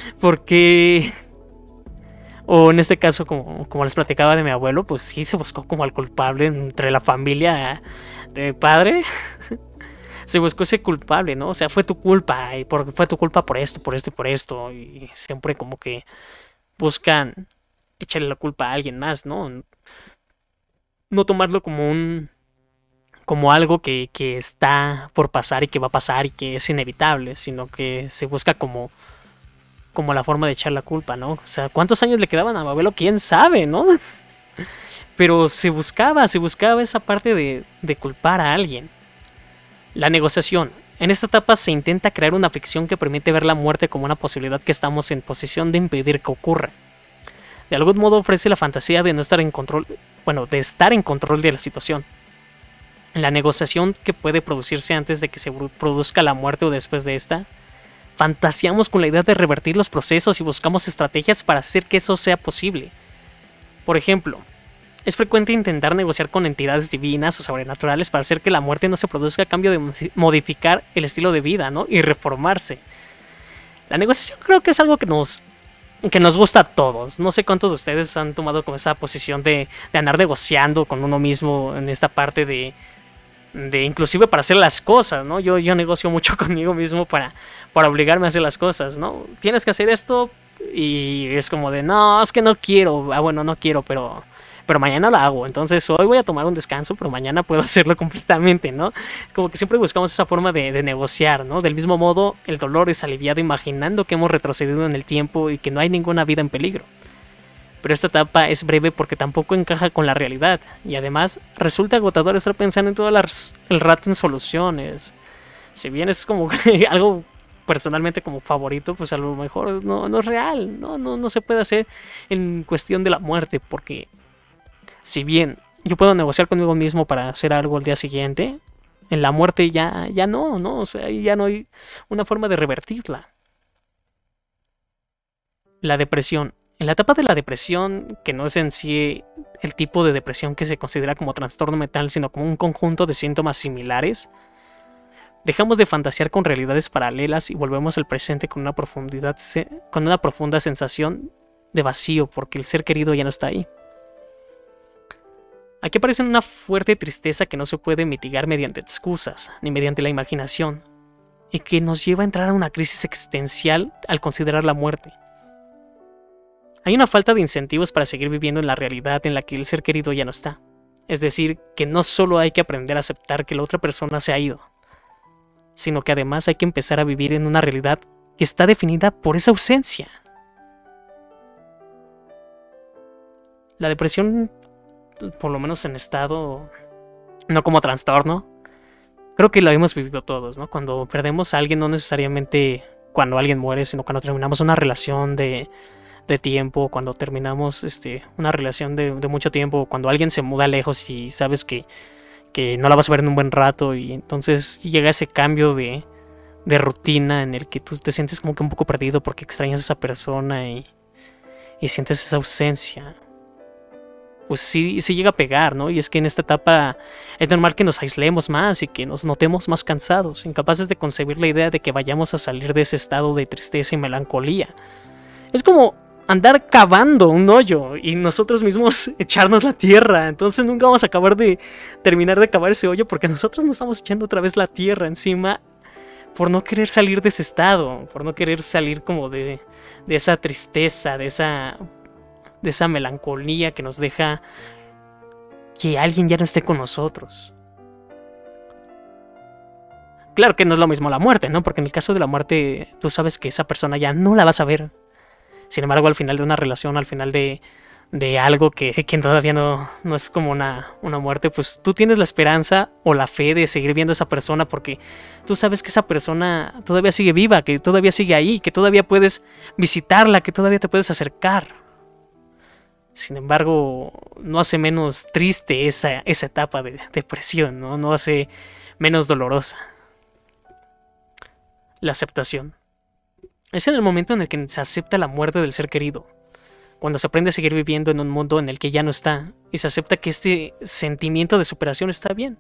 O en este caso, como les platicaba de mi abuelo, pues sí se buscó como al culpable entre la familia de mi padre. Se buscó ese culpable, ¿no? O sea, fue tu culpa, y fue tu culpa por esto, por esto y por esto. Y siempre como que buscan echarle la culpa a alguien más, ¿no? No tomarlo como algo que está por pasar y que va a pasar y que es inevitable, sino que se busca como la forma de echar la culpa, ¿no? O sea, ¿cuántos años le quedaban a mi abuelo? ¿Quién sabe, no? Pero se buscaba esa parte de culpar a alguien. La negociación. En esta etapa se intenta crear una ficción que permite ver la muerte como una posibilidad que estamos en posición de impedir que ocurra. De algún modo ofrece la fantasía de no estar en control, de estar en control de la situación. La negociación que puede producirse antes de que se produzca la muerte o después de esta, fantaseamos con la idea de revertir los procesos y buscamos estrategias para hacer que eso sea posible. Por ejemplo, es frecuente intentar negociar con entidades divinas o sobrenaturales para hacer que la muerte no se produzca a cambio de modificar el estilo de vida, ¿no? Y reformarse. La negociación creo que es algo que nos gusta a todos. No sé cuántos de ustedes han tomado como esa posición de andar negociando con uno mismo en esta parte de inclusive para hacer las cosas, ¿no? Yo negocio mucho conmigo mismo para obligarme a hacer las cosas, ¿no? Tienes que hacer esto y es como de, no, es que no quiero. Ah, bueno, no quiero, pero mañana lo hago. Entonces hoy voy a tomar un descanso, pero mañana puedo hacerlo completamente, ¿no? Como que siempre buscamos esa forma de negociar, ¿no? Del mismo modo, el dolor es aliviado imaginando que hemos retrocedido en el tiempo y que no hay ninguna vida en peligro. Pero esta etapa es breve porque tampoco encaja con la realidad. Y además resulta agotador estar pensando en todo el rato en soluciones. Si bien es como algo personalmente como favorito, pues a lo mejor no es real. No se puede hacer en cuestión de la muerte. Porque si bien yo puedo negociar conmigo mismo para hacer algo el día siguiente, en la muerte ya no. O sea, ya no hay una forma de revertirla. La depresión. En la etapa de la depresión, que no es en sí el tipo de depresión que se considera como trastorno mental, sino como un conjunto de síntomas similares, dejamos de fantasear con realidades paralelas y volvemos al presente con una profunda sensación de vacío, porque el ser querido ya no está ahí. Aquí aparece una fuerte tristeza que no se puede mitigar mediante excusas, ni mediante la imaginación, y que nos lleva a entrar a una crisis existencial al considerar la muerte. Hay una falta de incentivos para seguir viviendo en la realidad en la que el ser querido ya no está. Es decir, que no solo hay que aprender a aceptar que la otra persona se ha ido, sino que además hay que empezar a vivir en una realidad que está definida por esa ausencia. La depresión, por lo menos en estado, no como trastorno, creo que lo hemos vivido todos, ¿no? Cuando perdemos a alguien, no necesariamente cuando alguien muere, sino cuando terminamos una relación de tiempo, cuando terminamos una relación de mucho tiempo, cuando alguien se muda lejos y sabes que no la vas a ver en un buen rato y entonces llega ese cambio de rutina en el que tú te sientes como que un poco perdido porque extrañas a esa persona y sientes esa ausencia. Pues sí llega a pegar, ¿no? Y es que en esta etapa es normal que nos aislemos más y que nos notemos más cansados, incapaces de concebir la idea de que vayamos a salir de ese estado de tristeza y melancolía. Es como andar cavando un hoyo y nosotros mismos echarnos la tierra. Entonces nunca vamos a acabar de terminar de cavar ese hoyo porque nosotros nos estamos echando otra vez la tierra encima por no querer salir de ese estado, por no querer salir como de esa tristeza, de esa melancolía que nos deja que alguien ya no esté con nosotros. Claro que no es lo mismo la muerte, ¿no? Porque en el caso de la muerte tú sabes que esa persona ya no la vas a ver. Sin embargo, al final de una relación, al final de algo que todavía no es como una muerte, pues tú tienes la esperanza o la fe de seguir viendo a esa persona porque tú sabes que esa persona todavía sigue viva, que todavía sigue ahí, que todavía puedes visitarla, que todavía te puedes acercar. Sin embargo, no hace menos triste esa etapa de depresión, ¿no? No hace menos dolorosa. La aceptación. Es en el momento en el que se acepta la muerte del ser querido, cuando se aprende a seguir viviendo en un mundo en el que ya no está, y se acepta que este sentimiento de superación está bien.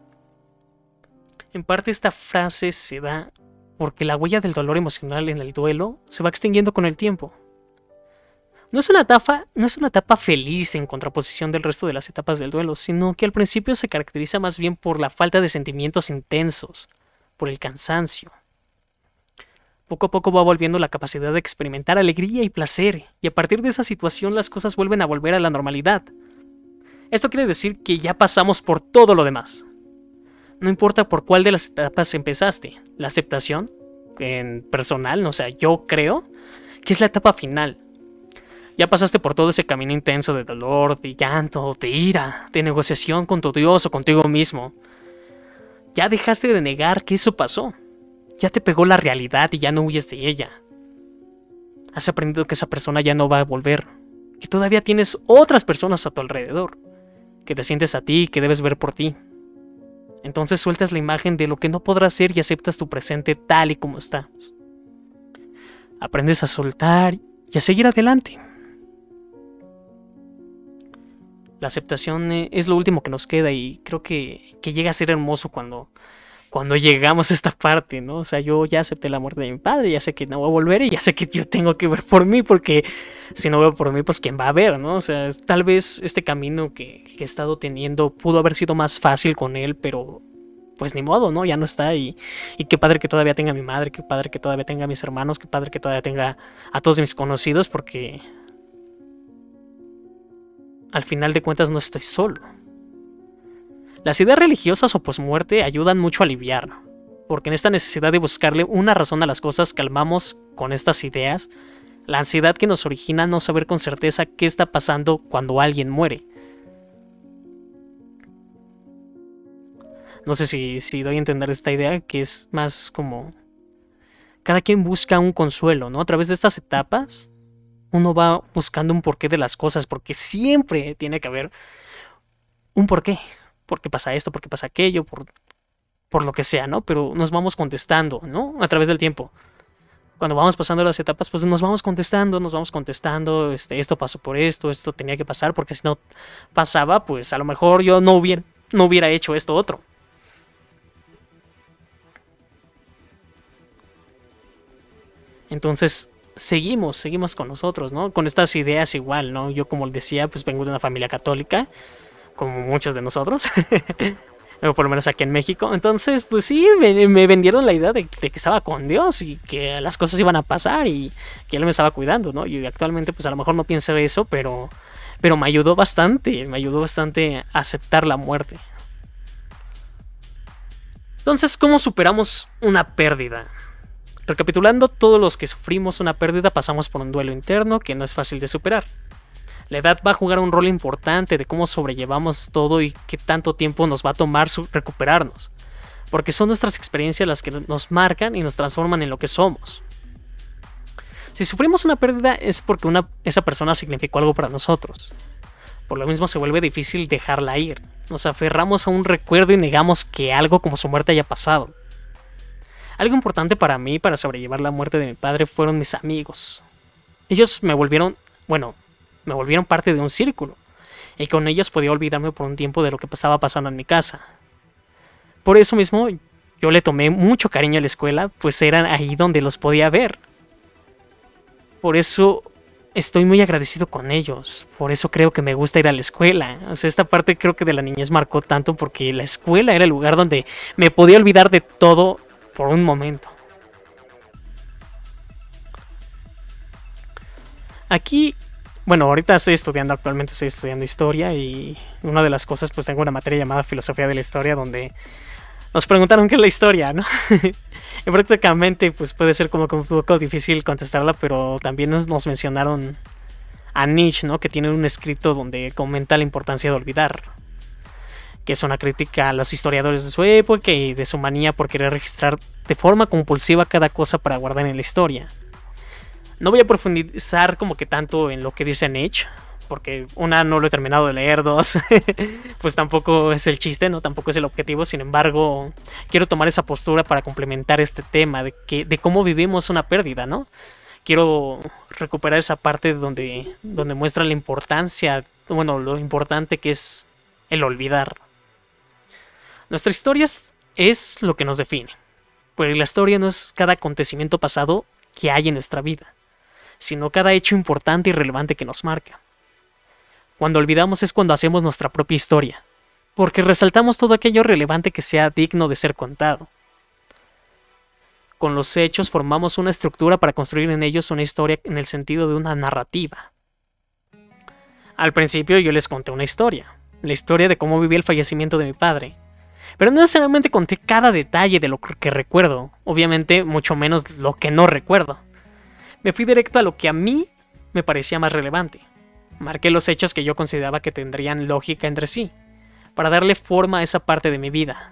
En parte esta frase se da porque la huella del dolor emocional en el duelo se va extinguiendo con el tiempo. No es una etapa feliz en contraposición del resto de las etapas del duelo, sino que al principio se caracteriza más bien por la falta de sentimientos intensos, por el cansancio. Poco a poco va volviendo la capacidad de experimentar alegría y placer, y a partir de esa situación las cosas vuelven a volver a la normalidad. Esto quiere decir que ya pasamos por todo lo demás. No importa por cuál de las etapas empezaste, la aceptación, en personal, o sea, yo creo que es la etapa final. Ya pasaste por todo ese camino intenso de dolor, de llanto, de ira, de negociación con tu Dios o contigo mismo. Ya dejaste de negar que eso pasó. Ya te pegó la realidad y ya no huyes de ella. Has aprendido que esa persona ya no va a volver, que todavía tienes otras personas a tu alrededor, que te sientes a ti y que debes ver por ti. Entonces sueltas la imagen de lo que no podrás ser y aceptas tu presente tal y como estás. Aprendes a soltar y a seguir adelante. La aceptación es lo último que nos queda y creo que llega a ser hermoso cuando llegamos a esta parte, ¿no? O sea, yo ya acepté la muerte de mi padre, ya sé que no voy a volver y ya sé que yo tengo que ver por mí, porque si no veo por mí, pues quién va a ver, ¿no? O sea, tal vez este camino que he estado teniendo pudo haber sido más fácil con él, pero pues ni modo, ¿no? Ya no está y qué padre que todavía tenga a mi madre, qué padre que todavía tenga a mis hermanos, qué padre que todavía tenga a todos mis conocidos, porque al final de cuentas no estoy solo. Las ideas religiosas o posmuerte ayudan mucho a aliviar, porque en esta necesidad de buscarle una razón a las cosas calmamos con estas ideas la ansiedad que nos origina no saber con certeza qué está pasando cuando alguien muere. No sé si doy a entender esta idea, que es más como cada quien busca un consuelo, ¿no? A través de estas etapas uno va buscando un porqué de las cosas, porque siempre tiene que haber un porqué. ¿Por qué pasa esto? ¿Por qué pasa aquello? Por lo que sea, ¿no? Pero nos vamos contestando, ¿no? A través del tiempo. Cuando vamos pasando las etapas, pues nos vamos contestando, esto pasó por esto tenía que pasar, porque si no pasaba, pues a lo mejor yo no hubiera hecho esto otro. Entonces, seguimos con nosotros, ¿no? Con estas ideas igual, ¿no? Yo, como decía, pues vengo de una familia católica, como muchos de nosotros. O por lo menos aquí en México. Entonces, pues sí, me vendieron la idea de que estaba con Dios y que las cosas iban a pasar y que Él me estaba cuidando, ¿no? Y actualmente, pues a lo mejor no pienso eso, pero me ayudó bastante a aceptar la muerte. Entonces, ¿cómo superamos una pérdida? Recapitulando, todos los que sufrimos una pérdida pasamos por un duelo interno que no es fácil de superar. La edad va a jugar un rol importante de cómo sobrellevamos todo y qué tanto tiempo nos va a tomar recuperarnos, porque son nuestras experiencias las que nos marcan y nos transforman en lo que somos. Si sufrimos una pérdida es porque esa persona significó algo para nosotros. Por lo mismo se vuelve difícil dejarla ir. Nos aferramos a un recuerdo y negamos que algo como su muerte haya pasado. Algo importante para mí para sobrellevar la muerte de mi padre fueron mis amigos. Ellos me volvieron parte de un círculo, y con ellos podía olvidarme por un tiempo de lo que estaba pasando en mi casa. Por eso mismo, yo le tomé mucho cariño a la escuela, pues eran ahí donde los podía ver. Por eso estoy muy agradecido con ellos, por eso creo que me gusta ir a la escuela. O sea, esta parte creo que de la niñez marcó tanto porque la escuela era el lugar donde me podía olvidar de todo por un momento. Aquí, bueno, actualmente estoy estudiando historia y una de las cosas, pues tengo una materia llamada filosofía de la historia donde nos preguntaron qué es la historia, ¿no? Y prácticamente, pues puede ser como que un poco difícil contestarla, pero también nos mencionaron a Nietzsche, ¿no? Que tiene un escrito donde comenta la importancia de olvidar, que es una crítica a los historiadores de su época y de su manía por querer registrar de forma compulsiva cada cosa para guardar en la historia. No voy a profundizar como que tanto en lo que dice Nietzsche, porque una, no lo he terminado de leer, dos, pues tampoco es el chiste, no, tampoco es el objetivo. Sin embargo, quiero tomar esa postura para complementar este tema de cómo vivimos una pérdida, ¿no? Quiero recuperar esa parte donde muestra la importancia, bueno, lo importante que es el olvidar. Nuestra historia es lo que nos define, pero la historia no es cada acontecimiento pasado que hay en nuestra vida, sino cada hecho importante y relevante que nos marca. Cuando olvidamos es cuando hacemos nuestra propia historia, porque resaltamos todo aquello relevante que sea digno de ser contado. Con los hechos formamos una estructura para construir en ellos una historia en el sentido de una narrativa. Al principio yo les conté una historia, la historia de cómo viví el fallecimiento de mi padre, pero no necesariamente conté cada detalle de lo que recuerdo, obviamente mucho menos lo que no recuerdo. Me fui directo a lo que a mí me parecía más relevante. Marqué los hechos que yo consideraba que tendrían lógica entre sí, para darle forma a esa parte de mi vida.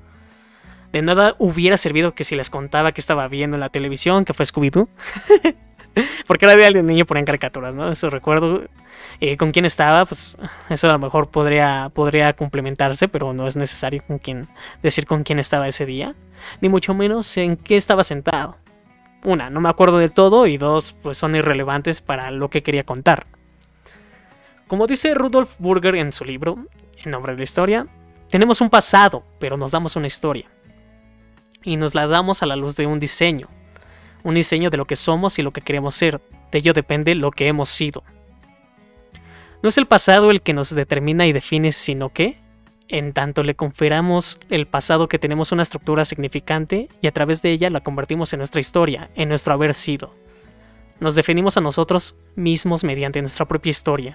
De nada hubiera servido que si les contaba que estaba viendo en la televisión, que fue Scooby-Doo, porque era día del niño ponían caricaturas, ¿no? Eso recuerdo. Con quién estaba, pues eso a lo mejor podría complementarse, pero no es necesario decir con quién estaba ese día, ni mucho menos en qué estaba sentado. No me acuerdo de todo, y dos, pues son irrelevantes para lo que quería contar. Como dice Rudolf Burger en su libro, El nombre de la historia, tenemos un pasado, pero nos damos una historia. Y nos la damos a la luz de un diseño de lo que somos y lo que queremos ser. De ello depende lo que hemos sido. No es el pasado el que nos determina y define, sino que, en tanto le conferamos el pasado que tenemos una estructura significante y a través de ella la convertimos en nuestra historia, en nuestro haber sido. Nos definimos a nosotros mismos mediante nuestra propia historia.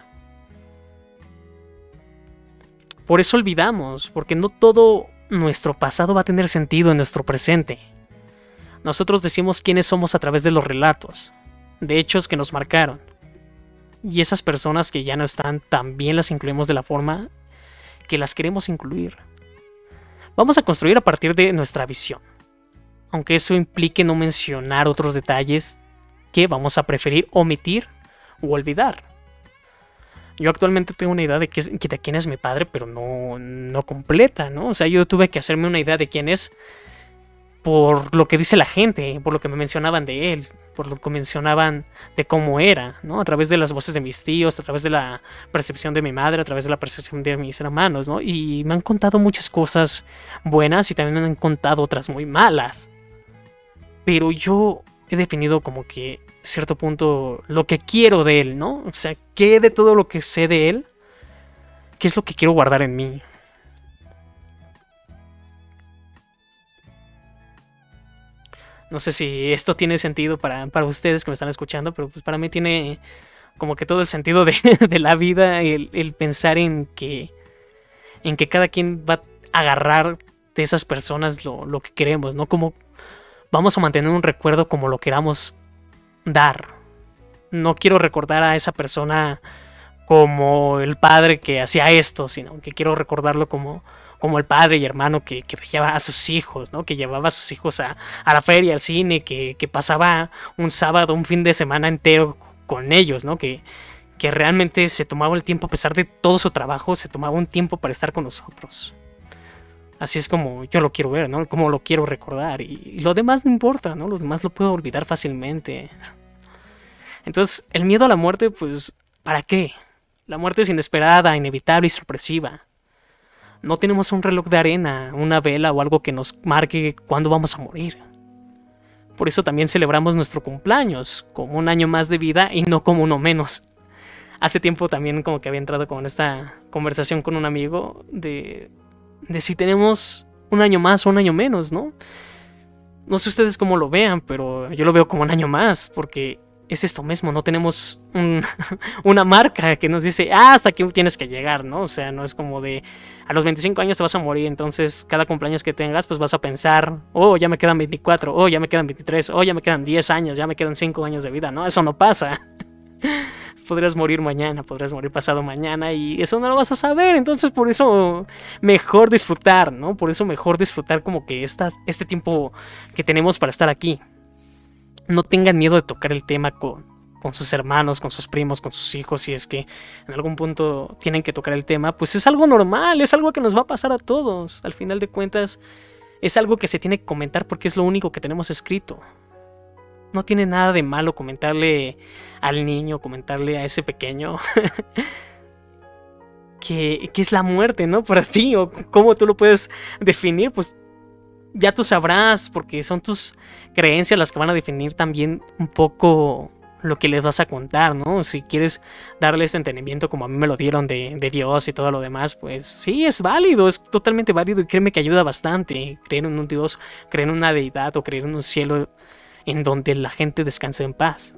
Por eso olvidamos, porque no todo nuestro pasado va a tener sentido en nuestro presente. Nosotros decimos quiénes somos a través de los relatos, de hechos que nos marcaron. Y esas personas que ya no están, también las incluimos de la forma que las queremos incluir. Vamos a construir a partir de nuestra visión, aunque eso implique no mencionar otros detalles que vamos a preferir omitir o olvidar. Yo actualmente tengo una idea de quién es mi padre, pero no completa, ¿no? O sea, yo tuve que hacerme una idea de quién es por lo que dice la gente, por lo que me mencionaban de él, por lo que mencionaban de cómo era, ¿no? A través de las voces de mis tíos, a través de la percepción de mi madre, a través de la percepción de mis hermanos, ¿no? Y me han contado muchas cosas buenas y también me han contado otras muy malas. Pero yo he definido como que a cierto punto lo que quiero de él, ¿no? O sea, ¿qué de todo lo que sé de él? ¿Qué es lo que quiero guardar en mí? No sé si esto tiene sentido para ustedes que me están escuchando, pero pues para mí tiene como que todo el sentido de la vida, el pensar en que cada quien va a agarrar de esas personas lo que queremos, ¿no? Como vamos a mantener un recuerdo como lo queramos dar. No quiero recordar a esa persona como el padre que hacía esto, sino que quiero recordarlo como el padre y hermano que llevaba a sus hijos, ¿no? Que llevaba a sus hijos a la feria, al cine, que pasaba un sábado, un fin de semana entero con ellos, ¿no? Que realmente se tomaba el tiempo, a pesar de todo su trabajo, se tomaba un tiempo para estar con nosotros. Así es como yo lo quiero ver, ¿no? Como lo quiero recordar. Y lo demás no importa, ¿no? Lo demás lo puedo olvidar fácilmente. Entonces, el miedo a la muerte, pues, ¿para qué? La muerte es inesperada, inevitable y sorpresiva. No tenemos un reloj de arena, una vela o algo que nos marque cuándo vamos a morir. Por eso también celebramos nuestro cumpleaños, como un año más de vida y no como uno menos. Hace tiempo también como que había entrado con esta conversación con un amigo de si tenemos un año más o un año menos, ¿no? No sé ustedes cómo lo vean, pero yo lo veo como un año más, porque es esto mismo, no tenemos una marca que nos dice, hasta aquí tienes que llegar, ¿no? O sea, no es como de, a los 25 años te vas a morir, entonces cada cumpleaños que tengas, pues vas a pensar, oh, ya me quedan 24, oh, ya me quedan 23, oh, ya me quedan 10 años, ya me quedan 5 años de vida, ¿no? Eso no pasa. Podrías morir mañana, podrías morir pasado mañana y eso no lo vas a saber, entonces por eso mejor disfrutar, ¿no? Por eso mejor disfrutar como que este tiempo que tenemos para estar aquí. No tengan miedo de tocar el tema con sus hermanos, con sus primos, con sus hijos, si es que en algún punto tienen que tocar el tema, pues es algo normal, es algo que nos va a pasar a todos. Al final de cuentas, es algo que se tiene que comentar porque es lo único que tenemos escrito. No tiene nada de malo comentarle al niño, comentarle a ese pequeño que es la muerte, ¿no? Para ti, o cómo tú lo puedes definir, pues ya tú sabrás, porque son tus creencias las que van a definir también un poco lo que les vas a contar, ¿no? Si quieres darle ese entendimiento como a mí me lo dieron de Dios y todo lo demás, pues sí, es válido, es totalmente válido y créeme que ayuda bastante. Creer en un Dios, creer en una deidad o creer en un cielo en donde la gente descanse en paz.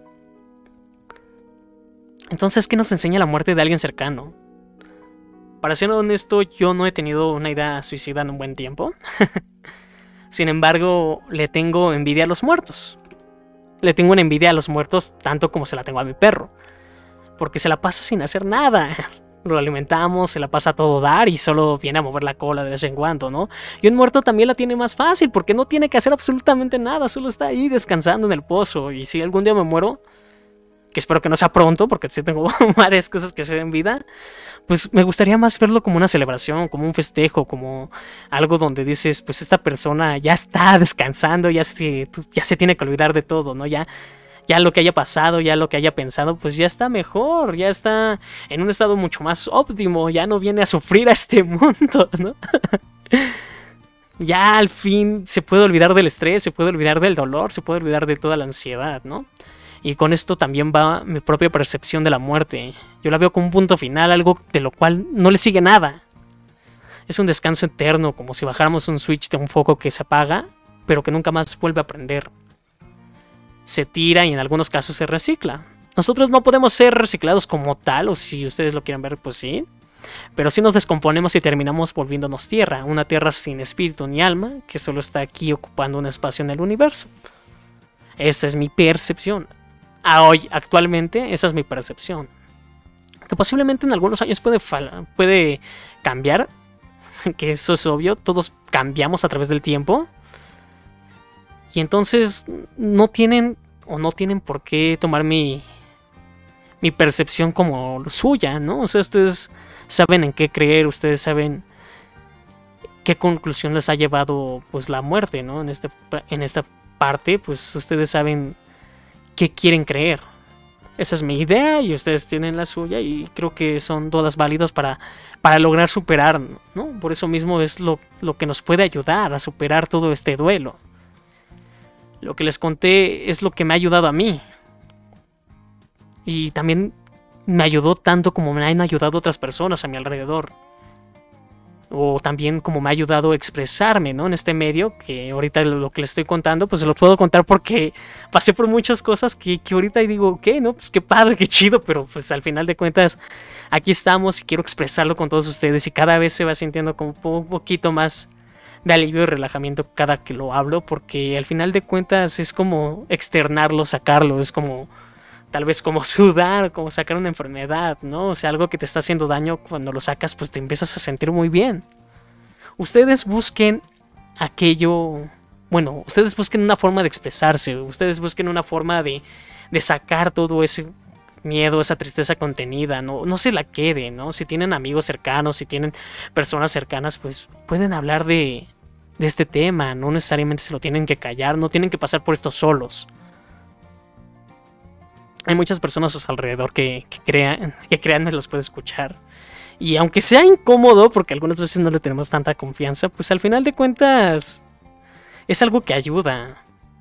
Entonces, ¿qué nos enseña la muerte de alguien cercano? Para ser honesto, yo no he tenido una idea suicida en un buen tiempo. Sin embargo, le tengo envidia a los muertos. Le tengo una envidia a los muertos tanto como se la tengo a mi perro. Porque se la pasa sin hacer nada. Lo alimentamos, se la pasa a todo dar y solo viene a mover la cola de vez en cuando, ¿no? Y un muerto también la tiene más fácil porque no tiene que hacer absolutamente nada. Solo está ahí descansando en el pozo. Y si algún día me muero, que espero que no sea pronto porque sí tengo varias cosas que hacer en vida, pues me gustaría más verlo como una celebración, como un festejo, como algo donde dices, pues esta persona ya está descansando, ya se tiene que olvidar de todo, ¿no? Ya ya lo que haya pasado, ya lo que haya pensado, pues ya está mejor, ya está en un estado mucho más óptimo, ya no viene a sufrir a este mundo, ¿no? Ya al fin se puede olvidar del estrés, se puede olvidar del dolor, se puede olvidar de toda la ansiedad, ¿no? Y con esto también va mi propia percepción de la muerte. Yo la veo como un punto final, algo de lo cual no le sigue nada. Es un descanso eterno, como si bajáramos un switch de un foco que se apaga, pero que nunca más vuelve a prender. Se tira y en algunos casos se recicla. Nosotros no podemos ser reciclados como tal, o si ustedes lo quieren ver, pues sí. Pero sí nos descomponemos y terminamos volviéndonos tierra, una tierra sin espíritu ni alma, que solo está aquí ocupando un espacio en el universo. Esta es mi percepción. Hoy, actualmente, esa es mi percepción. Que posiblemente en algunos años puede cambiar, que eso es obvio, todos cambiamos a través del tiempo. Y entonces no tienen por qué tomar mi percepción como suya, ¿no? O sea, ustedes saben en qué creer, ustedes saben qué conclusión les ha llevado pues la muerte, ¿no? En esta parte, pues ustedes saben qué quieren creer. Esa es mi idea y ustedes tienen la suya y creo que son todas válidas para lograr superar, ¿no? Por eso mismo es lo que nos puede ayudar a superar todo este duelo. Lo que les conté es lo que me ha ayudado a mí. Y también me ayudó tanto como me han ayudado otras personas a mi alrededor. O también como me ha ayudado a expresarme, ¿no? En este medio, que ahorita lo que les estoy contando, pues se lo puedo contar porque pasé por muchas cosas que ahorita digo, ¿qué? ¿No? Pues qué padre, qué chido, pero pues al final de cuentas aquí estamos y quiero expresarlo con todos ustedes y cada vez se va sintiendo como un poquito más de alivio y relajamiento cada que lo hablo, porque al final de cuentas es como externarlo, sacarlo, es como tal vez como sudar, como sacar una enfermedad, ¿no? O sea, algo que te está haciendo daño, cuando lo sacas, pues te empiezas a sentir muy bien. Ustedes busquen aquello, bueno, ustedes busquen una forma de expresarse, ustedes busquen una forma de sacar todo ese miedo, esa tristeza contenida, no se la queden, ¿no? Si tienen amigos cercanos, si tienen personas cercanas, pues pueden hablar de este tema, no necesariamente se lo tienen que callar, no tienen que pasar por esto solos. Hay muchas personas a su alrededor que crean que los puede escuchar. Y aunque sea incómodo, porque algunas veces no le tenemos tanta confianza, pues al final de cuentas es algo que ayuda.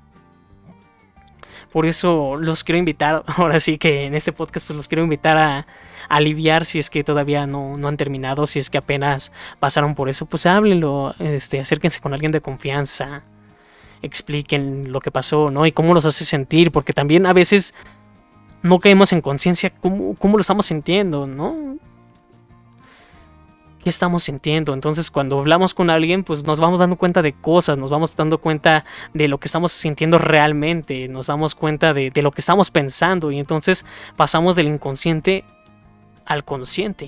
Por eso los quiero invitar, ahora sí que en este podcast pues los quiero invitar a aliviar si es que todavía no han terminado, si es que apenas pasaron por eso, pues háblenlo, acérquense con alguien de confianza, expliquen lo que pasó, ¿no? Y cómo los hace sentir, porque también a veces no caemos en conciencia cómo lo estamos sintiendo, ¿no? ¿Qué estamos sintiendo? Entonces cuando hablamos con alguien, pues nos vamos dando cuenta de cosas, nos vamos dando cuenta de lo que estamos sintiendo realmente, nos damos cuenta de lo que estamos pensando y entonces pasamos del inconsciente al consciente.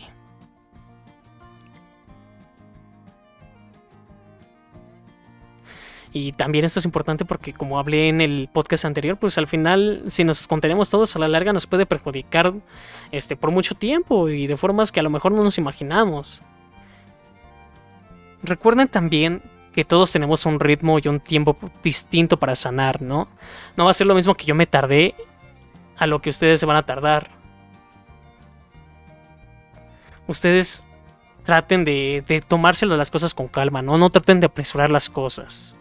Y también esto es importante porque, como hablé en el podcast anterior, pues al final, si nos contenemos todos, a la larga nos puede perjudicar por mucho tiempo y de formas que a lo mejor no nos imaginamos. Recuerden también que todos tenemos un ritmo y un tiempo distinto para sanar, ¿no? No va a ser lo mismo que yo me tardé a lo que ustedes se van a tardar. Ustedes traten de tomárselo las cosas con calma, ¿no? No traten de apresurar las cosas.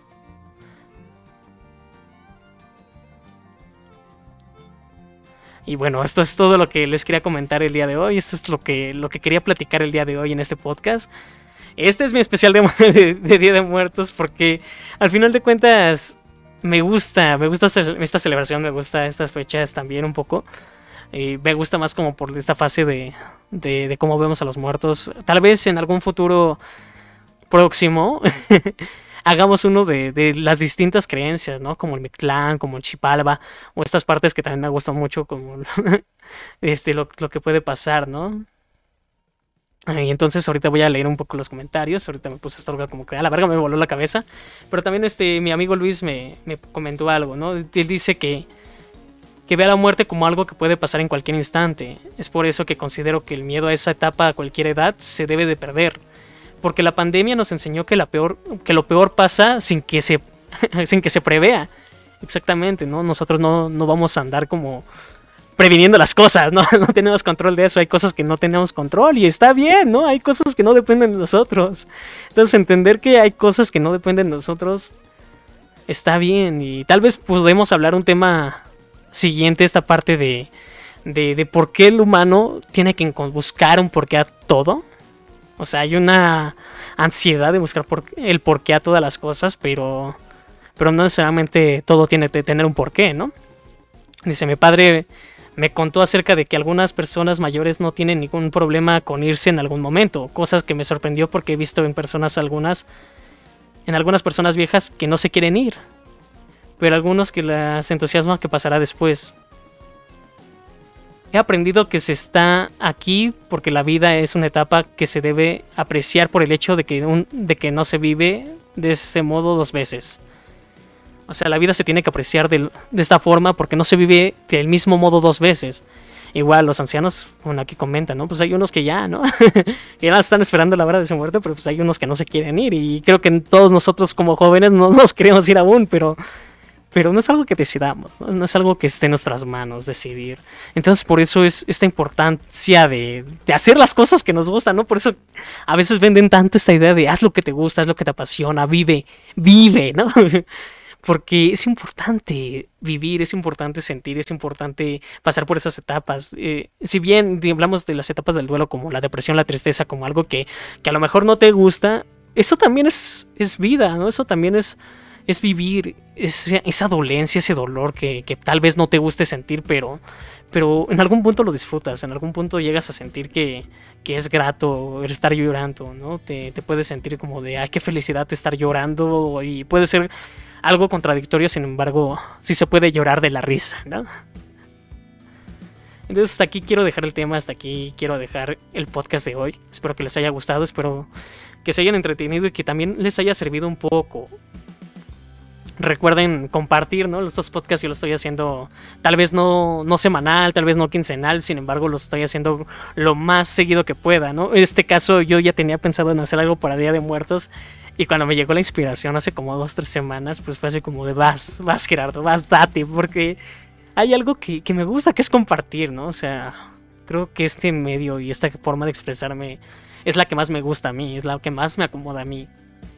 Y bueno, esto es todo lo que les quería comentar el día de hoy. Esto es lo que quería platicar el día de hoy en este podcast. Este es mi especial de Día de Muertos porque al final de cuentas me gusta esta celebración, me gusta estas fechas también un poco. Me gusta más como por esta fase de cómo vemos a los muertos. Tal vez en algún futuro próximo hagamos uno de las distintas creencias, ¿no? Como el Mictlán, como el Chipalba, o estas partes que también me gustan mucho, como lo que puede pasar, ¿no? Y entonces ahorita voy a leer un poco los comentarios. Ahorita me puse esta algo como que a la verga me voló la cabeza. Pero también mi amigo Luis me comentó algo, ¿no? Él dice que ve a la muerte como algo que puede pasar en cualquier instante. Es por eso que considero que el miedo a esa etapa a cualquier edad se debe de perder. Porque la pandemia nos enseñó que lo peor pasa sin que se prevea. exactamente, ¿no? Nosotros no vamos a andar como previniendo las cosas, ¿no? No tenemos control de eso, hay cosas que no tenemos control y está bien, ¿no? Hay cosas que no dependen de nosotros. Entonces entender que hay cosas que no dependen de nosotros está bien y tal vez podemos hablar un tema siguiente, esta parte de por qué el humano tiene que buscar un porqué a todo. O sea, hay una ansiedad de buscar el porqué a todas las cosas, pero no necesariamente todo tiene que tener un porqué, ¿no? Dice, mi padre me contó acerca de que algunas personas mayores no tienen ningún problema con irse en algún momento, cosas que me sorprendió porque he visto en algunas personas viejas que no se quieren ir, pero algunos que las entusiasma que pasará después. He aprendido que se está aquí porque la vida es una etapa que se debe apreciar por el hecho de que no se vive de este modo dos veces. O sea, la vida se tiene que apreciar de esta forma porque no se vive del mismo modo dos veces. Igual los ancianos, bueno, aquí comentan, ¿no? Pues hay unos que ya, ¿no? Que ya están esperando la hora de su muerte, pero pues hay unos que no se quieren ir. Y creo que todos nosotros como jóvenes no nos queremos ir aún, pero no es algo que decidamos, ¿no? No es algo que esté en nuestras manos decidir. Entonces por eso es esta importancia de hacer las cosas que nos gustan, ¿no? Por eso a veces venden tanto esta idea de haz lo que te gusta, haz lo que te apasiona, vive, ¿no? Porque es importante vivir, es importante sentir, es importante pasar por esas etapas. Si bien hablamos de las etapas del duelo como la depresión, la tristeza, como algo que a lo mejor no te gusta, eso también es vida, ¿no? Eso también es vivir esa dolencia, ese dolor que tal vez no te guste sentir, pero en algún punto lo disfrutas, en algún punto llegas a sentir que es grato el estar llorando, ¿no? Te puedes sentir como de, ay, qué felicidad estar llorando, y puede ser algo contradictorio, sin embargo, sí se puede llorar de la risa, ¿no? Entonces hasta aquí quiero dejar el tema, hasta aquí quiero dejar el podcast de hoy. Espero que les haya gustado, espero que se hayan entretenido y que también les haya servido un poco. Recuerden compartir, ¿no? Estos podcasts yo los estoy haciendo tal vez no semanal, tal vez no quincenal, sin embargo los estoy haciendo lo más seguido que pueda, ¿no? En este caso yo ya tenía pensado en hacer algo para Día de Muertos y cuando me llegó la inspiración hace como 2-3 semanas, pues fue así como de vas Gerardo, date, porque hay algo que me gusta, que es compartir, ¿no? O sea, creo que este medio y esta forma de expresarme es la que más me gusta a mí, es la que más me acomoda a mí.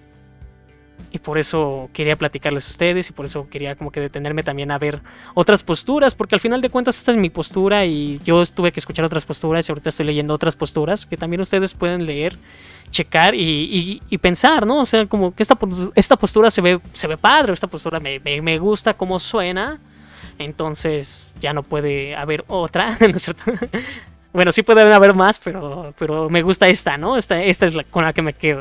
Y por eso quería platicarles a ustedes y por eso quería como que detenerme también a ver otras posturas, porque al final de cuentas esta es mi postura y yo tuve que escuchar otras posturas y ahorita estoy leyendo otras posturas que también ustedes pueden leer, checar y pensar, ¿no? O sea, como que esta postura se ve padre, esta postura me gusta cómo suena, entonces ya no puede haber otra, ¿no es cierto? Bueno, sí puede haber más, pero me gusta esta, ¿no? Esta es con la que me quedo.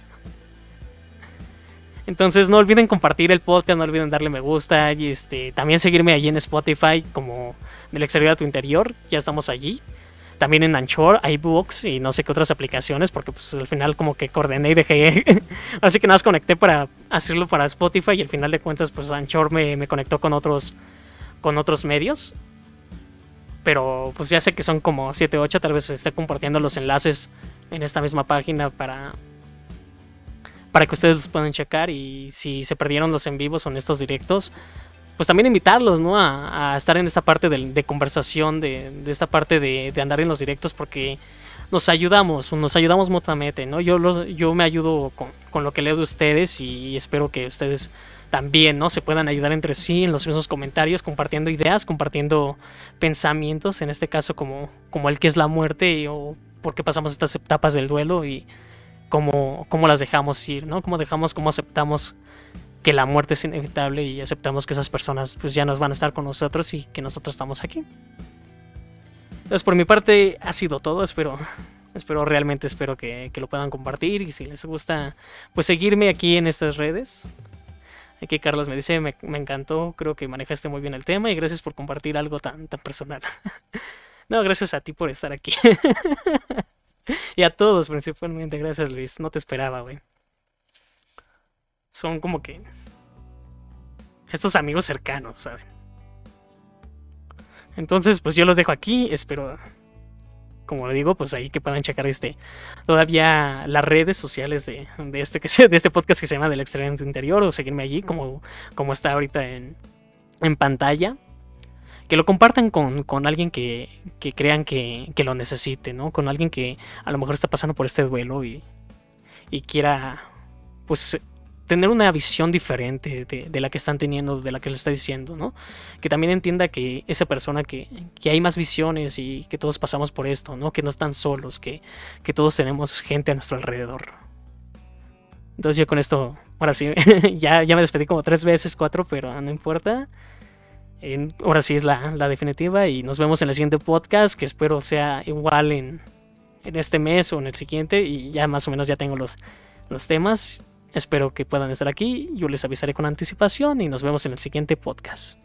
Entonces no olviden compartir el podcast, no olviden darle me gusta y también seguirme allí en Spotify como Del Exterior a tu Interior, ya estamos allí. También en Anchor, iBooks y no sé qué otras aplicaciones, porque pues al final como que coordiné y dejé, así que nada más conecté para hacerlo para Spotify y al final de cuentas pues Anchor me conectó con otros medios. Pero pues ya sé que son como 7 o 8, tal vez esté compartiendo los enlaces en esta misma página para que ustedes los puedan checar y si se perdieron los en vivos o en estos directos, pues también invitarlos, ¿no? A estar en esta parte de conversación, de esta parte de andar en los directos porque nos ayudamos mutuamente, ¿no? Yo me ayudo con lo que leo de ustedes y espero que ustedes también, ¿no? Se puedan ayudar entre sí en los mismos comentarios, compartiendo ideas, compartiendo pensamientos, en este caso como el que es la muerte o por qué pasamos estas etapas del duelo y cómo las dejamos ir, ¿no? Cómo aceptamos que la muerte es inevitable y aceptamos que esas personas pues ya no van a estar con nosotros y que nosotros estamos aquí. Entonces por mi parte ha sido todo, realmente espero que lo puedan compartir y si les gusta pues seguirme aquí en estas redes. Aquí Carlos me dice, me encantó, creo que manejaste muy bien el tema y gracias por compartir algo tan personal. No, gracias a ti por estar aquí. Y a todos, principalmente, gracias Luis, no te esperaba, güey. Son como que estos amigos cercanos, ¿saben? Entonces, pues yo los dejo aquí, espero, como lo digo, pues ahí que puedan checar todavía las redes sociales de este podcast que se llama Del Exterior a tu Interior o seguirme allí como está ahorita en en pantalla, que lo compartan con alguien que crean que lo necesite, ¿no? Con alguien que a lo mejor está pasando por este duelo y quiera, pues, tener una visión diferente de la que están teniendo, de la que les está diciendo, ¿no? Que también entienda que esa persona que hay más visiones y que todos pasamos por esto, ¿no? Que no están solos, que todos tenemos gente a nuestro alrededor. Entonces yo con esto, ahora sí, ya me despedí como 3 veces, 4, pero no importa. Ahora sí es la definitiva y nos vemos en el siguiente podcast, que espero sea igual en este mes o en el siguiente, y ya más o menos ya tengo los temas. Espero que puedan estar aquí, yo les avisaré con anticipación y nos vemos en el siguiente podcast.